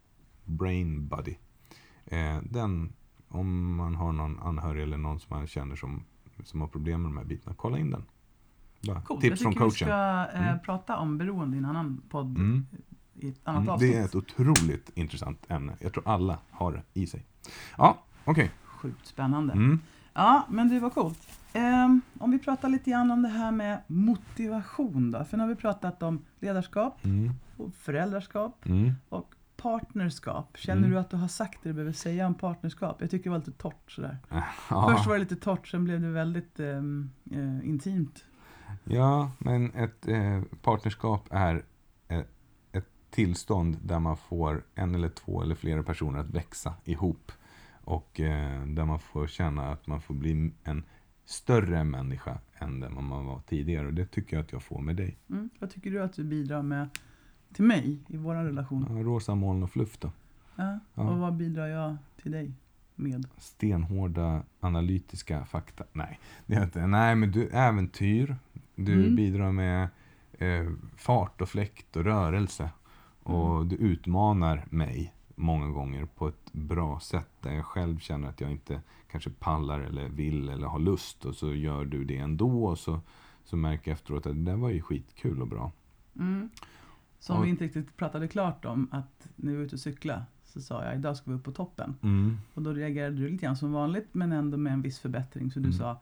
Buddy. Den, om man har någon anhörig eller någon som man känner som har problem med de här bitarna, kolla in den. Cool. Tips från coachen. Vi ska prata om beroende i en annan podd i ett annat avsnitt. Det är ett otroligt intressant ämne. Jag tror alla har det i sig. Ja, okej. Sjukt spännande. Ja, men det var coolt. Om vi pratar lite grann om det här med motivation då. För nu har vi pratat om ledarskap och föräldraskap och partnerskap. Känner du att du har sagt det du behöver säga om partnerskap? Jag tycker det var lite torrt sådär. Först var det lite torrt, sen blev det väldigt intimt. Ja, men ett partnerskap är ett tillstånd där man får en eller två eller flera personer att växa ihop. Och där man får känna att man får bli en större människa än den man var tidigare. Och det tycker jag att jag får med dig. Vad tycker du att du bidrar med till mig i vår relation? Rosa moln och fluff då. Ja. Ja. Och vad bidrar jag till dig med? Stenhårda analytiska fakta. Nej, det är inte. Nej, men du äventyr. Du bidrar med fart och fläkt och rörelse. Och du utmanar mig många gånger på ett bra sätt. Där jag själv känner att jag inte kanske pallar eller vill eller har lust. Och så gör du det ändå. Och så märker jag efteråt att det där var ju skitkul och bra. Som vi inte riktigt pratade klart om, att när vi var ute och cykla så sa jag, idag ska vi upp på toppen. Och då reagerade du lite grann som vanligt, men ändå med en viss förbättring. Så du sa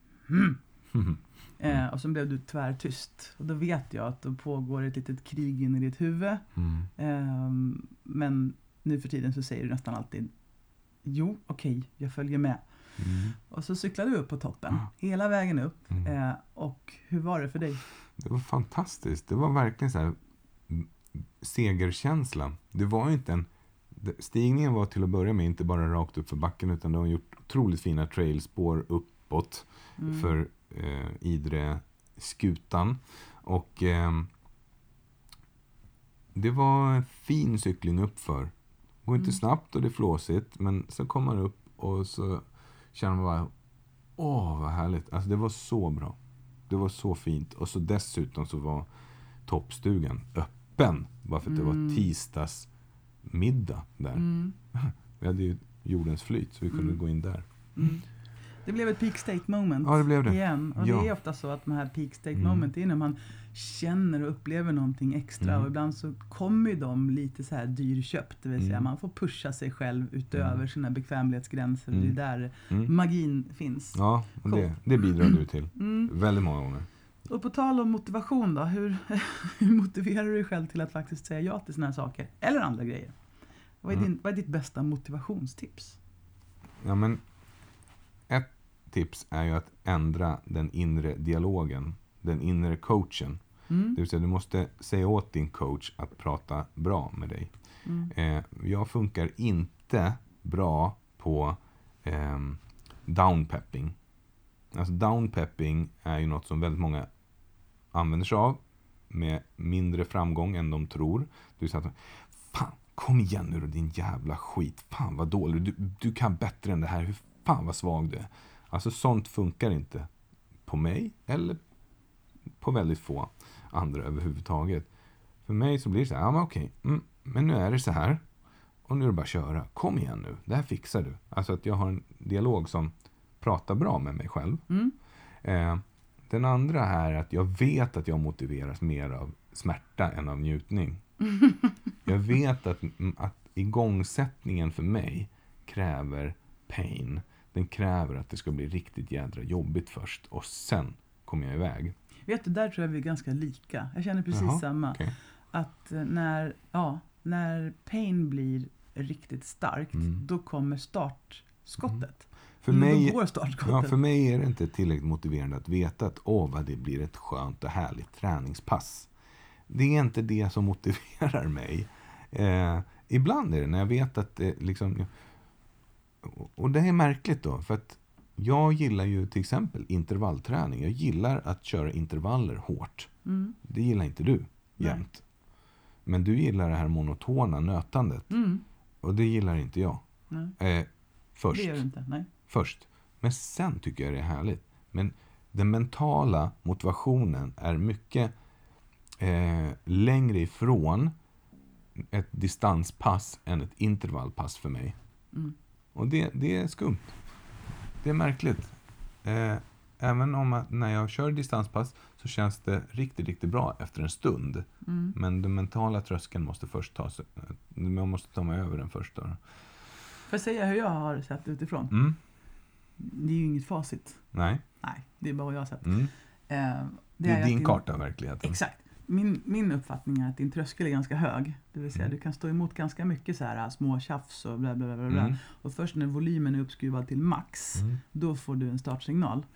och så blev du tvärtyst. Och då vet jag att då pågår ett litet krig in i ditt huvud. Men nu för tiden så säger du nästan alltid, jo, okej, jag följer med. Och så cyklade du upp på toppen, hela vägen upp. Och hur var det för dig? Det var fantastiskt. Det var verkligen så här segerkänsla. Det var inte stigningen var till att börja med inte bara rakt upp för backen, utan de har gjort otroligt fina trailspår uppåt för Idre-skutan. Och det var en fin cykling uppför. Går inte snabbt och det är flåsigt, men så kommer man upp och så känner man bara, vad härligt. Alltså det var så bra. Det var så fint. Och så dessutom så var toppstugan öppen. Bara för att det var tisdagsmiddag där. Vi hade ju jordens flyt, så vi kunde gå in där. Det blev ett peak state moment. Ja, det blev det. Igen. Och det är ofta så att de här peak state moment är när man känner och upplever någonting extra. Och ibland så kommer ju de lite så här dyrköpt. Det vill säga man får pusha sig själv utöver sina bekvämlighetsgränser. Det är där magin finns. Ja, och det bidrar du till. Väldigt många gånger. Och på tal om motivation då. Hur motiverar du dig själv till att faktiskt säga ja till såna här saker? Eller andra grejer? Vad är ditt bästa motivationstips? Ja, men ett tips är ju att ändra den inre dialogen. Den inre coachen. Det vill säga, du måste säga åt din coach att prata bra med dig. Jag funkar inte bra på downpepping. Alltså downpepping är ju något som väldigt många använder sig av med mindre framgång än de tror. Du säger att, fan, kom igen nu då, din jävla skit. Fan vad dålig, du kan bättre än det här. Hur fan vad svag du är. Alltså sånt funkar inte på mig eller på väldigt få andra överhuvudtaget. För mig så blir det så här, ja men okej, men nu är det så här och nu är det bara att köra. Kom igen nu, det här fixar du. Alltså att jag har en dialog som pratar bra med mig själv. Den andra är att jag vet att jag motiveras mer av smärta än av njutning. Jag vet att igångsättningen för mig kräver pain. Den kräver att det ska bli riktigt jädra jobbigt först och sen kommer jag iväg. Vet du, där tror jag vi är ganska lika. Jag känner precis samma. Okay. Att när pain blir riktigt starkt, då kommer startskottet. För För mig är det inte tillräckligt motiverande att veta att vad det blir ett skönt och härligt träningspass. Det är inte det som motiverar mig. Ibland är det när jag vet att det liksom... Och det är märkligt då, för att jag gillar ju till exempel intervallträning. Jag gillar att köra intervaller hårt. Det gillar inte du jämt. Men du gillar det här monotona nötandet. Och det gillar inte jag. Först. Det gör du inte, nej. Först. Men sen tycker jag det är härligt. Men den mentala motivationen är mycket längre ifrån ett distanspass än ett intervallpass för mig. Och det är skumt. Det är märkligt. Även om när jag kör distanspass så känns det riktigt, riktigt bra efter en stund. Men den mentala tröskeln måste först tas. Man måste ta mig över den först. Då. Får jag säga hur jag har sett utifrån? Det är ju inget facit. Nej, det är bara vad jag har sett. Det är din karta av verkligheten. Exakt. Min uppfattning är att din tröskel är ganska hög. Det vill säga du kan stå emot ganska mycket så här små tjafs och bla bla bla bla. Och först när volymen är uppskruvad till max, då får du en startsignal.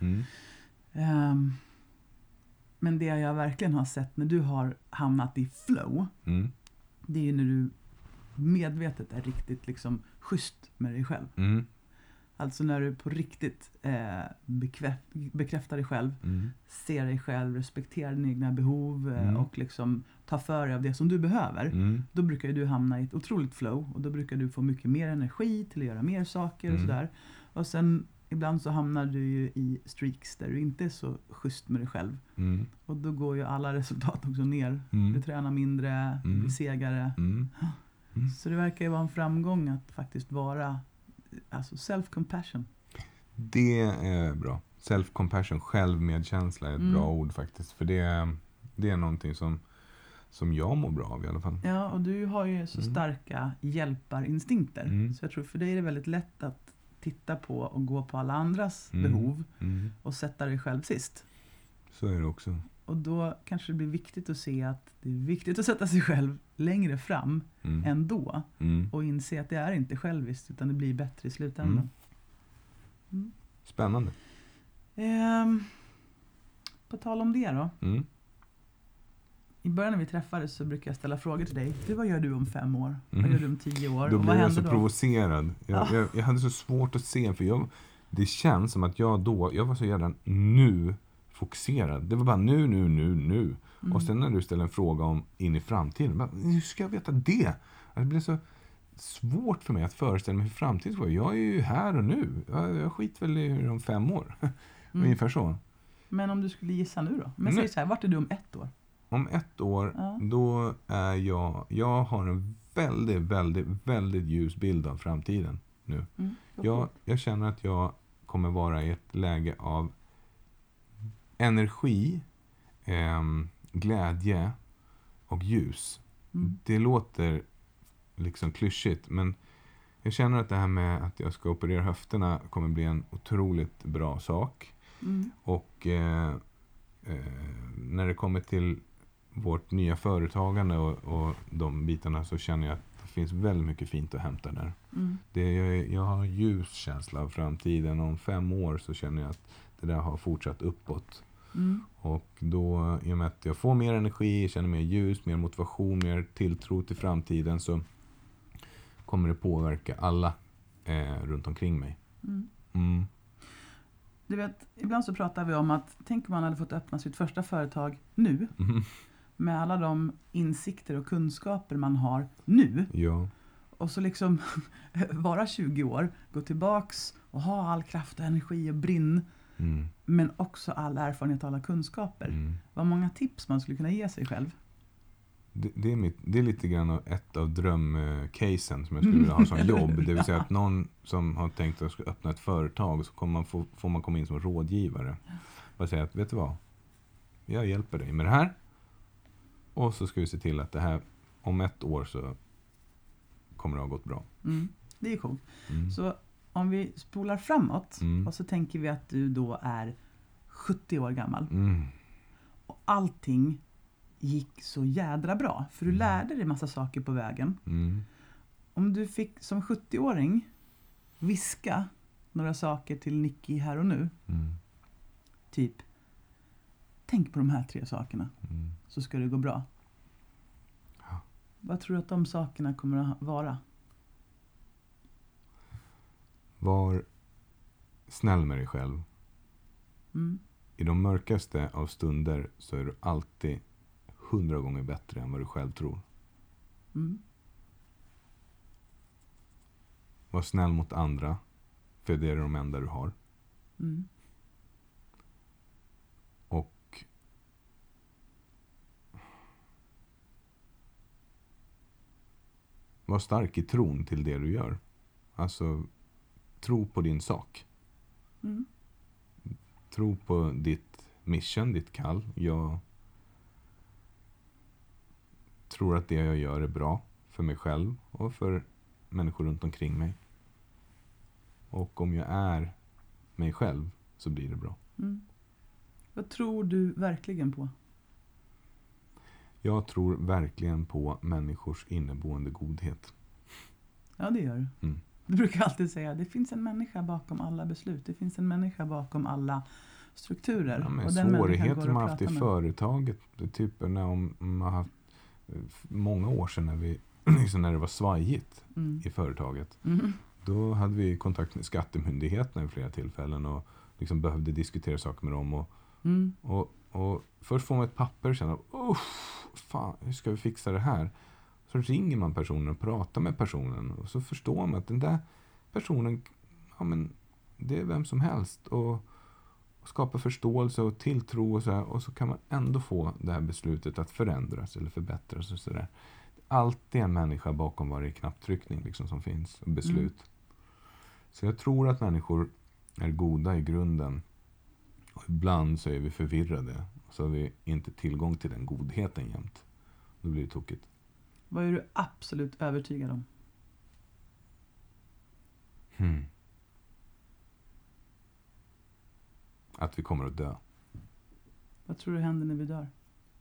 Men det jag verkligen har sett när du har hamnat i flow, det är ju när du medvetet är riktigt liksom schysst med dig själv. Alltså när du på riktigt bekräftar dig själv, ser dig själv, respekterar dina egna behov och liksom tar för dig av det som du behöver. Då brukar ju du hamna i ett otroligt flow och då brukar du få mycket mer energi till att göra mer saker och sådär. Och sen ibland så hamnar du ju i streaks där du inte är så schysst med dig själv. Och då går ju alla resultat också ner. Du tränar mindre, blir segare. Så det verkar ju vara en framgång att faktiskt vara alltså self-compassion. Det är bra. Self-compassion, självmedkänsla är ett bra ord faktiskt. För det är någonting som jag mår bra av i alla fall. Ja, och du har ju så starka hjälparinstinkter. Så jag tror för dig är det väldigt lätt att titta på och gå på alla andras behov och sätta dig själv sist. Så är det också. Och då kanske det blir viktigt att se att det är viktigt att sätta sig själv längre fram än då. Och inse att det är inte själviskt utan det blir bättre i slutändan. Spännande. På tal om det då. I början när vi träffades så brukar jag ställa frågor till dig. Vad gör du om 5 år? Vad gör du om 10 år? Då och blir vad jag så då? provocerad. Jag hade så svårt att se. För det känns som att jag var så jävla nu-fokuserad. Det var bara nu. Och sen när du ställer en fråga om in i framtiden. Hur ska jag veta det? Det blir så svårt för mig att föreställa mig hur framtiden ska vara. Jag är ju här och nu. Jag skiter väl i hur om 5 år. Ungefär så. Men om du skulle gissa nu då? Men säg så här, vart är du om 1 år? Om 1 år, då är jag har en väldigt, väldigt, väldigt ljus bild av framtiden nu. Jag känner att jag kommer vara i ett läge av energi, glädje och ljus. Det låter liksom klyschigt, men jag känner att det här med att jag ska operera höfterna kommer bli en otroligt bra sak. Och när det kommer till vårt nya företagande och de bitarna så känner jag att det finns väldigt mycket fint att hämta där. Jag har ljus känsla av framtiden. Om 5 år så känner jag att det där har fortsatt uppåt. Och då, i och med att jag får mer energi, känner mer ljus, mer motivation, mer tilltro till framtiden, så kommer det påverka alla runt omkring mig. Du vet, ibland så pratar vi om att tänk om man hade fått öppna sitt första företag nu. Med alla de insikter och kunskaper man har nu. Ja. Och så liksom vara 20 år, gå tillbaks och ha all kraft och energi och brinn. Men också all erfarenhet och alla kunskaper. Vad många tips man skulle kunna ge sig själv. Det är lite grann ett av drömcasen som jag skulle vilja ha som jobb. Det vill säga att någon som har tänkt att öppna ett företag, så får man komma in som rådgivare. Och säga att, vet du vad? Jag hjälper dig med det här. Och så ska vi se till att det här om 1 år så kommer det ha gått bra. Det är coolt. Så om vi spolar framåt och så tänker vi att du då är 70 år gammal. Och allting gick så jädra bra. För du lärde dig massa saker på vägen. Om du fick som 70-åring viska några saker till Nicky här och nu. Typ, tänk på de här 3 sakerna. Så ska det gå bra. Ja. Vad tror du att de sakerna kommer att vara? Var snäll med dig själv. I de mörkaste av stunder så är du alltid 100 gånger bättre än vad du själv tror. Var snäll mot andra, för det är de enda du har. Och var stark i tron till det du gör. Alltså, tro på din sak. Tro på ditt mission, ditt kall. Jag tror att det jag gör är bra för mig själv och för människor runt omkring mig. Och om jag är mig själv så blir det bra. Vad tror du verkligen på? Jag tror verkligen på människors inneboende godhet. Ja, det gör du. Du brukar alltid säga att det finns en människa bakom alla beslut. Det finns en människa bakom alla strukturer. Ja, men och svårigheter man har haft i företaget. Typ när man har haft många år sedan när det var svajigt i företaget. då hade vi kontakt med skattemyndigheterna i flera tillfällen och liksom behövde diskutera saker med dem. Och först får man ett papper och känner, fan, hur ska vi fixa det här? Så ringer man personen och pratar med personen och så förstår man att den där personen, ja men det är vem som helst, och skapa förståelse och tilltro och så här, och så kan man ändå få det här beslutet att förändras eller förbättras och så där. Alltid en människa bakom varje knapptryckning liksom som finns och beslut. Så jag tror att människor är goda i grunden, och ibland så är vi förvirrade och så har vi inte tillgång till den godheten jämt. Då blir det tokigt. Vad är du absolut övertygad om? Att vi kommer att dö. Vad tror du händer när vi dör?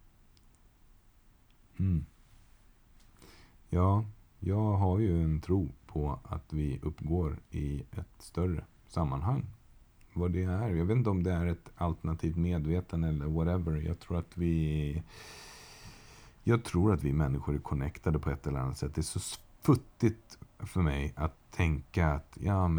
Ja, jag har ju en tro på att vi uppgår i ett större sammanhang. Vad det är. Jag vet inte om det är ett alternativt medvetande eller whatever. Jag tror att vi människor är connectade på ett eller annat sätt. Det är så futtigt för mig att tänka att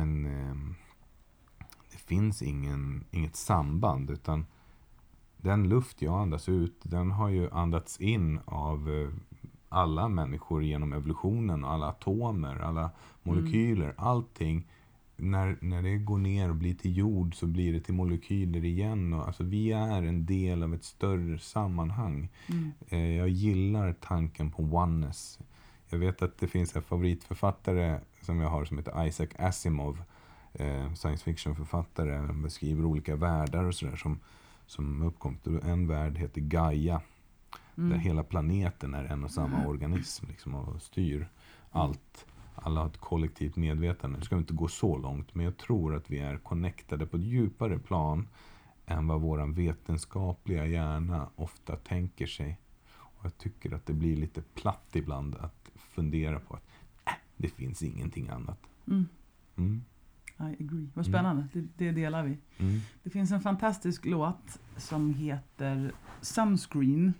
det finns inget samband, utan den luft jag andas ut, den har ju andats in av alla människor genom evolutionen, alla atomer, alla molekyler, allting. När det går ner och blir till jord så blir det till molekyler igen. Och, alltså, vi är en del av ett större sammanhang. Jag gillar tanken på oneness. Jag vet att det finns en favoritförfattare som jag har som heter Isaac Asimov, science fiction-författare, beskriver olika världar och sådär som uppkomst. En värld heter Gaia, där hela planeten är en och samma organism liksom, och styr allt. Alla har ett kollektivt medvetande. Det ska inte gå så långt, men jag tror att vi är connectade på ett djupare plan än vad våran vetenskapliga hjärna ofta tänker sig. Och jag tycker att det blir lite platt ibland att fundera på att det finns ingenting annat. I agree. Vad spännande. Det delar vi. Det finns en fantastisk låt som heter Sunscreen.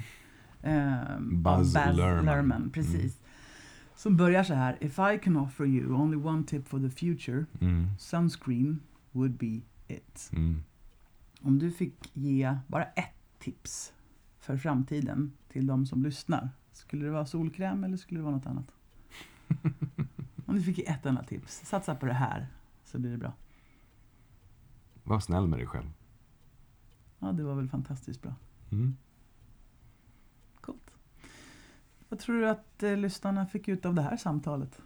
Baz Luhrmann. Precis. Som börjar så här: If I can offer you only one tip for the future, sunscreen would be it. Om du fick ge bara ett tips för framtiden till de som lyssnar, skulle det vara solkräm eller skulle det vara något annat? Om du fick ge ett enda tips, satsa på det här så blir det bra. Var snäll med dig själv. Ja, det var väl fantastiskt bra. Coolt. Vad tror du att lyssnarna fick ut av det här samtalet?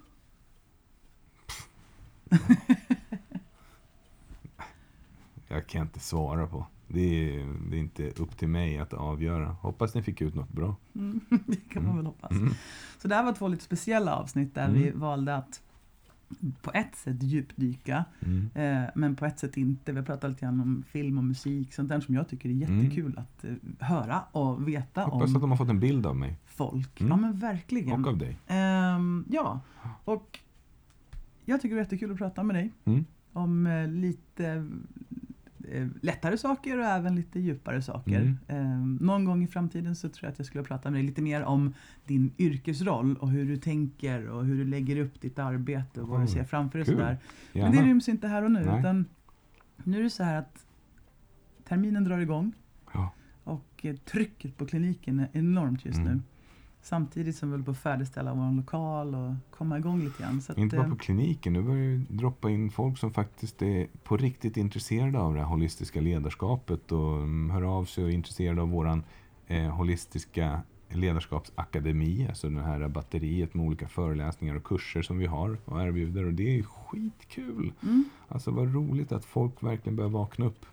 Jag kan inte svara på. Det är inte upp till mig att avgöra. Hoppas ni fick ut något bra. Det kan man väl hoppas. Så det här var 2 lite speciella avsnitt där vi valde att på ett sätt djupdyka, men på ett sätt inte. Vi har pratat lite grann om film och musik, sånt där som jag tycker är jättekul att höra och veta. Hoppas att de har fått en bild av mig. Folk. Ja, men verkligen. Och av dig. Ja, och jag tycker det är jättekul att prata med dig om lite lättare saker och även lite djupare saker. Någon gång i framtiden så tror jag att jag skulle prata med dig lite mer om din yrkesroll och hur du tänker och hur du lägger upp ditt arbete och vad du ser framför dig. Sådär. Men det ryms inte här och nu. Utan nu är det så här att terminen drar igång och trycket på kliniken är enormt just nu. Samtidigt som vi håller på att färdigställa vår lokal och komma igång lite grann. Så att, inte bara på kliniken, nu börjar det droppa in folk som faktiskt är på riktigt intresserade av det här holistiska ledarskapet och hör av sig och är intresserade av våran holistiska ledarskapsakademi, alltså det här batteriet med olika föreläsningar och kurser som vi har och erbjuder, och det är skitkul. Alltså vad roligt att folk verkligen börjar vakna upp.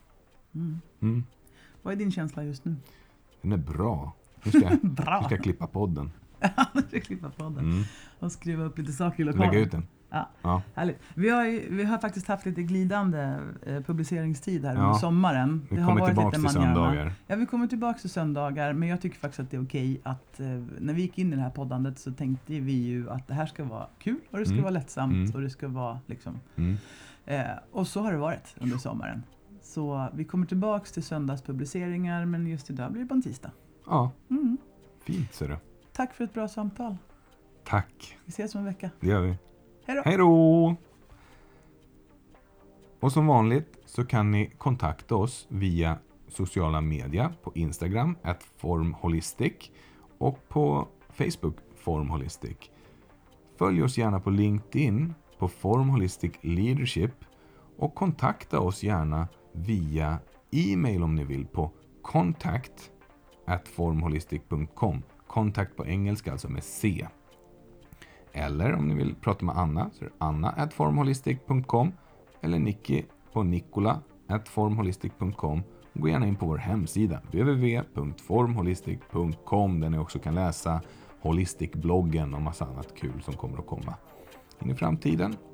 Vad är din känsla just nu? Den är bra. Nu ska jag klippa podden. Nu ska jag klippa podden. Och skriva upp lite saker i lokalen. Lägga ut den. Ja. Härligt. Vi har faktiskt haft lite glidande publiceringstid här under sommaren. Vi kommer tillbaka till söndagar. Ja, vi kommer tillbaka till söndagar. Men jag tycker faktiskt att det är okej att när vi gick in i det här poddandet så tänkte vi ju att det här ska vara kul och det ska vara lättsamt och det ska vara liksom... och så har det varit under sommaren. Så vi kommer tillbaka till söndagspubliceringar, men just idag blir det på en tisdag. Ja, fint ser du. Tack för ett bra samtal. Tack. Vi ses om en vecka. Det gör vi. Hej då. Hej då. Och som vanligt så kan ni kontakta oss via sociala medier på Instagram @formholistic och på Facebook Formholistic. Följ oss gärna på LinkedIn på Formholistic Leadership och kontakta oss gärna via e-mail om ni vill på contact@formholistic.com. Kontakt på engelska, alltså med C. Eller om ni vill prata med Anna så är det anna@formholistic.com eller Nicky på nikola@formholistic.com. Gå gärna in på vår hemsida www.formholistic.com där ni också kan läsa Holistic-bloggen och massa annat kul som kommer att komma in i framtiden.